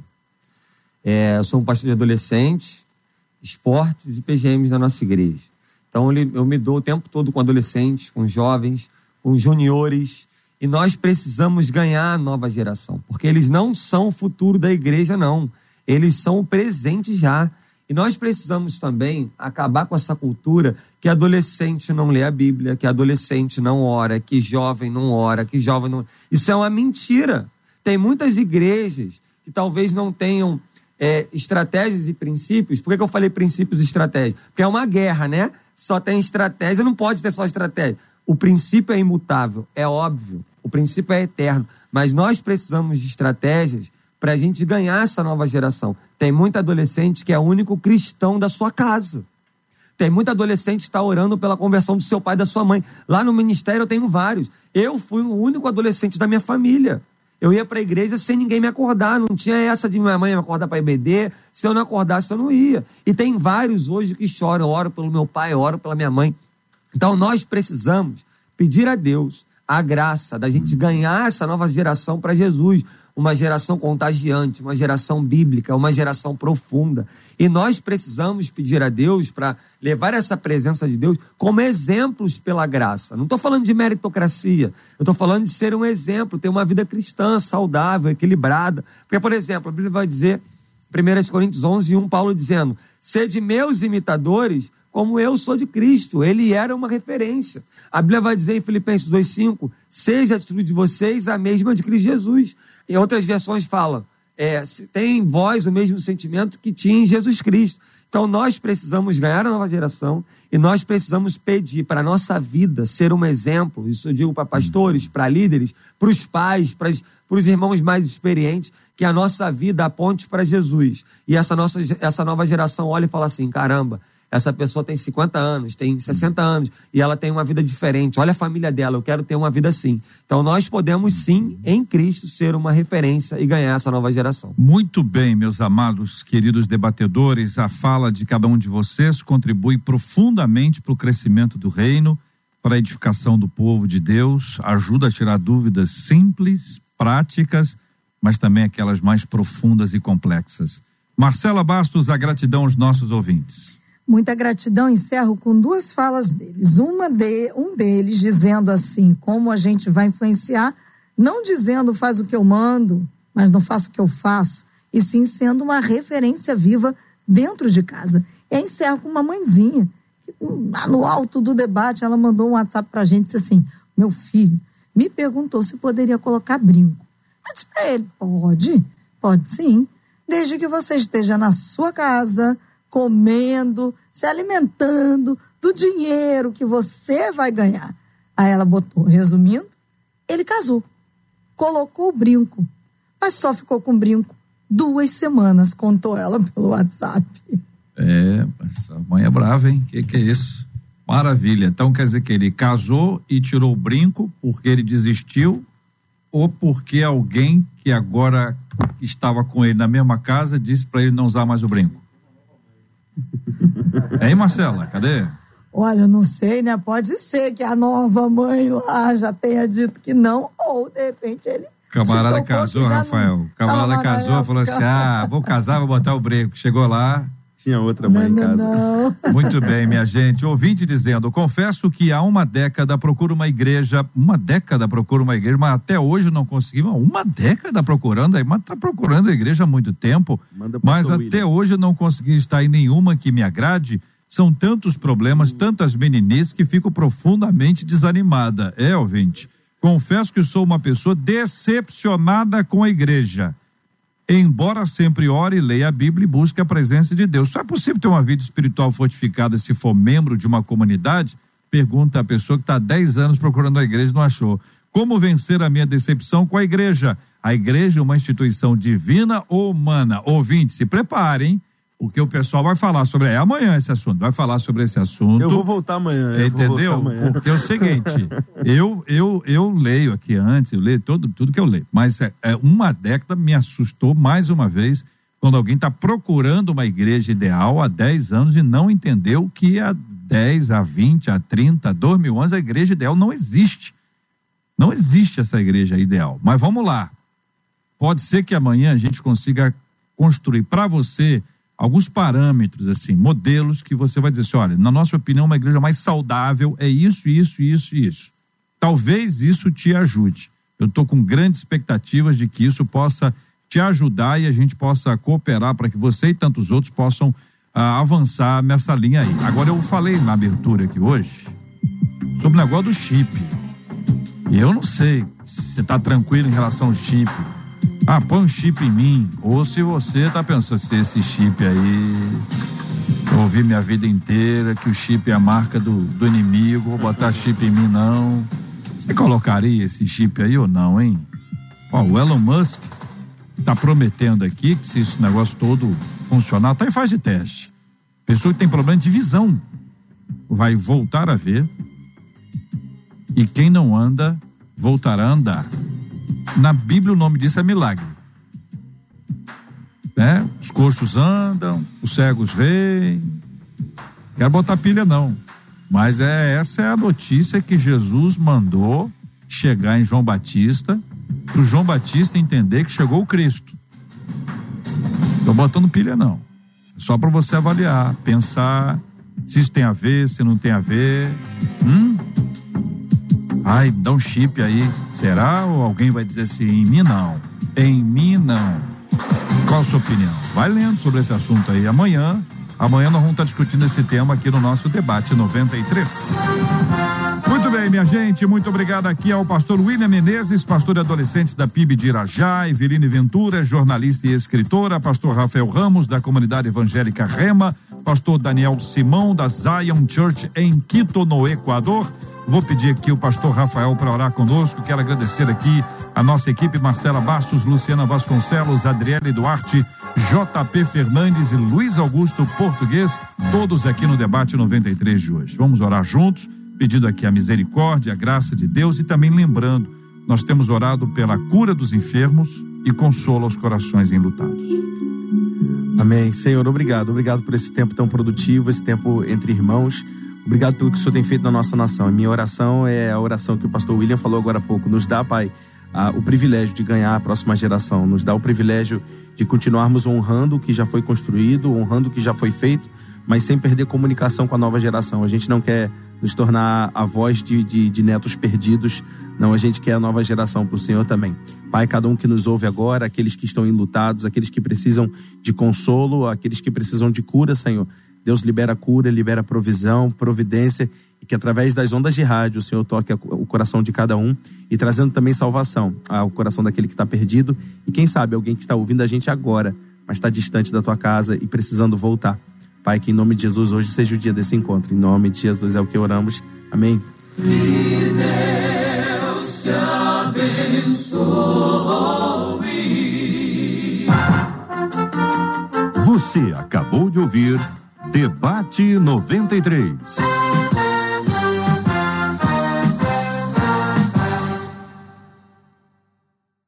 É, eu sou um pastor de adolescentes, esportes e P G Ms na nossa igreja. Então eu me dou o tempo todo com adolescentes, com jovens, com juniores, e nós precisamos ganhar a nova geração, porque eles não são o futuro da igreja, não. Eles são o presente já. E nós precisamos também acabar com essa cultura que adolescente não lê a Bíblia, que adolescente não ora, que jovem não ora, que jovem não... Isso é uma mentira. Tem muitas igrejas que talvez não tenham é, estratégias e princípios. Por que que eu falei princípios e estratégias? Porque é uma guerra, né? Só tem estratégia, não pode ter só estratégia. O princípio é imutável, é óbvio. O princípio é eterno. Mas nós precisamos de estratégias para a gente ganhar essa nova geração. Tem muito adolescente que é o único cristão da sua casa. Tem muito adolescente que está orando pela conversão do seu pai e da sua mãe. Lá no ministério eu tenho vários. Eu fui o único adolescente da minha família. Eu ia para a igreja sem ninguém me acordar. Não tinha essa de minha mãe me acordar para I B D. Se eu não acordasse, eu não ia. E tem vários hoje que choram. Eu oro pelo meu pai, eu oro pela minha mãe. Então nós precisamos pedir a Deus a graça da gente ganhar essa nova geração para Jesus. Uma geração contagiante, uma geração bíblica, uma geração profunda. E nós precisamos pedir a Deus para levar essa presença de Deus como exemplos pela graça. Não estou falando de meritocracia, eu estou falando de ser um exemplo, ter uma vida cristã, saudável, equilibrada. Porque, por exemplo, a Bíblia vai dizer, primeira Coríntios onze, um, Paulo dizendo: sede meus imitadores, como eu sou de Cristo. Ele era uma referência. A Bíblia vai dizer em Filipenses dois, cinco, seja a atitude de vocês a mesma de Cristo Jesus. Em outras versões fala, é, tem em vós o mesmo sentimento que tinha em Jesus Cristo. Então nós precisamos ganhar a nova geração e nós precisamos pedir para a nossa vida ser um exemplo. Isso eu digo para pastores, para líderes, para os pais, para os irmãos mais experientes, que a nossa vida aponte para Jesus. E essa, nossa, essa nova geração olha e fala assim: caramba, essa pessoa tem cinquenta anos, tem sessenta anos, e ela tem uma vida diferente. Olha a família dela, eu quero ter uma vida assim. Então nós podemos sim, em Cristo, ser uma referência e ganhar essa nova geração. Muito bem, meus amados, queridos debatedores, a fala de cada um de vocês contribui profundamente para o crescimento do reino, para a edificação do povo de Deus, ajuda a tirar dúvidas simples, práticas, mas também aquelas mais profundas e complexas. Marcela Bastos, a gratidão aos nossos ouvintes. Muita gratidão. Encerro com duas falas deles. Uma de, um deles dizendo assim, como a gente vai influenciar, não dizendo faz o que eu mando, mas não faço o que eu faço, e sim sendo uma referência viva dentro de casa. E aí encerro com uma mãezinha, que, lá no alto do debate, ela mandou um WhatsApp pra gente, disse assim: meu filho me perguntou se poderia colocar brinco. Eu disse pra ele: pode, pode sim, desde que você esteja na sua casa, comendo, se alimentando do dinheiro que você vai ganhar. Aí ela botou, resumindo, ele casou, colocou o brinco, mas só ficou com o brinco duas semanas, contou ela pelo WhatsApp. É, essa mãe é brava, hein? Que que é isso? Maravilha. Então quer dizer que ele casou e tirou o brinco porque ele desistiu ou porque alguém que agora estava com ele na mesma casa disse para ele não usar mais o brinco? Hein, Marcela? Cadê? Olha, eu não sei, né? Pode ser que a nova mãe lá já tenha dito que não, ou de repente ele... Camarada casou, Rafael. Camarada casou, falou assim, ah, vou casar, vou botar o brinco. Chegou lá... Tinha outra mãe não, em casa. Não, não. Muito bem, minha gente. Ouvinte dizendo, confesso que há uma década procuro uma igreja, uma década procuro uma igreja, mas até hoje não consegui. Uma década procurando, aí, mas tá procurando a igreja há muito tempo. Mas até William. Hoje eu não consegui estar em nenhuma que me agrade. São tantos problemas, tantas meninices que fico profundamente desanimada. É, ouvinte, confesso que sou uma pessoa decepcionada com a igreja. Embora sempre ore, leia a Bíblia e busque a presença de Deus. Só é possível ter uma vida espiritual fortificada se for membro de uma comunidade? Pergunta a pessoa que está há dez anos procurando a igreja e não achou. Como vencer a minha decepção com a igreja? A igreja é uma instituição divina ou humana? Ouvinte, se preparem, porque o pessoal vai falar sobre... É amanhã esse assunto, vai falar sobre esse assunto. Eu vou voltar amanhã. Eu entendeu? Vou voltar amanhã. Porque é o seguinte, eu, eu, eu leio aqui antes, eu leio todo, tudo que eu leio, mas é, é uma década me assustou mais uma vez quando alguém está procurando uma igreja ideal há dez anos e não entendeu que há dez, há vinte, há trinta, há dois mil anos a igreja ideal não existe. Não existe essa igreja ideal. Mas vamos lá. Pode ser que amanhã a gente consiga construir para você alguns parâmetros, assim, modelos que você vai dizer assim, olha, na nossa opinião, uma igreja mais saudável é isso, isso, isso e isso. Talvez isso te ajude. Eu estou com grandes expectativas de que isso possa te ajudar e a gente possa cooperar para que você e tantos outros possam ah, avançar nessa linha aí. Agora, eu falei na abertura aqui hoje sobre o negócio do chip. E eu não sei se você está tranquilo em relação ao chip. Ah, põe um chip em mim. Ou se você tá pensando, se esse chip aí, eu ouvi minha vida inteira que o chip é a marca do, do inimigo, vou botar chip em mim, não. Você colocaria esse chip aí ou não, hein? Ó, o Elon Musk tá prometendo aqui que se esse negócio todo funcionar, tá em fase de teste. Pessoa que tem problema de visão vai voltar a ver e quem não anda, voltará a andar. Na Bíblia o nome disso é milagre, né? Os coxos andam, os cegos veem. Quero botar pilha não, mas é essa é a notícia que Jesus mandou chegar em João Batista, para o João Batista entender que chegou o Cristo. Tô botando pilha não, só para você avaliar, pensar se isso tem a ver, se não tem a ver. Hum? Ai, dá um chip aí. Será? Ou alguém vai dizer assim, em mim não. Em mim não. Qual a sua opinião? Vai lendo sobre esse assunto aí. Amanhã, amanhã nós vamos estar discutindo esse tema aqui no nosso debate noventa e três. Muito bem, minha gente, muito obrigado aqui ao pastor William Menezes, pastor de adolescentes da P I B de Irajá, Eveline Ventura, jornalista e escritora, pastor Rafael Ramos, da comunidade evangélica Rema, pastor Daniel Simão, da Zion Church em Quito, no Equador. Vou pedir aqui o pastor Rafael para orar conosco. Quero agradecer aqui a nossa equipe, Marcela Bastos, Luciana Vasconcelos, Adriele Duarte, J P Fernandes e Luiz Augusto Português, todos aqui no debate noventa e três de hoje. Vamos orar juntos, pedindo aqui a misericórdia, a graça de Deus e também lembrando, nós temos orado pela cura dos enfermos e consolo aos corações enlutados. Amém. Senhor, obrigado. Obrigado por esse tempo tão produtivo, esse tempo entre irmãos. Obrigado pelo que o Senhor tem feito na nossa nação. A minha oração é a oração que o pastor William falou agora há pouco. Nos dá, Pai, a, o privilégio de ganhar a próxima geração. Nos dá o privilégio de continuarmos honrando o que já foi construído, honrando o que já foi feito, mas sem perder comunicação com a nova geração. A gente não quer nos tornar a voz de, de, de netos perdidos. Não, a gente quer a nova geração para o Senhor também. Pai, cada um que nos ouve agora, aqueles que estão enlutados, aqueles que precisam de consolo, aqueles que precisam de cura, Senhor. Deus libera cura, libera provisão, providência, e que através das ondas de rádio o Senhor toque o coração de cada um e trazendo também salvação ao coração daquele que está perdido e quem sabe alguém que está ouvindo a gente agora, mas está distante da tua casa e precisando voltar. Pai, que em nome de Jesus hoje seja o dia desse encontro. Em nome de Jesus é o que oramos. Amém. Que Deus te abençoe. Você acabou de ouvir Debate noventa e três.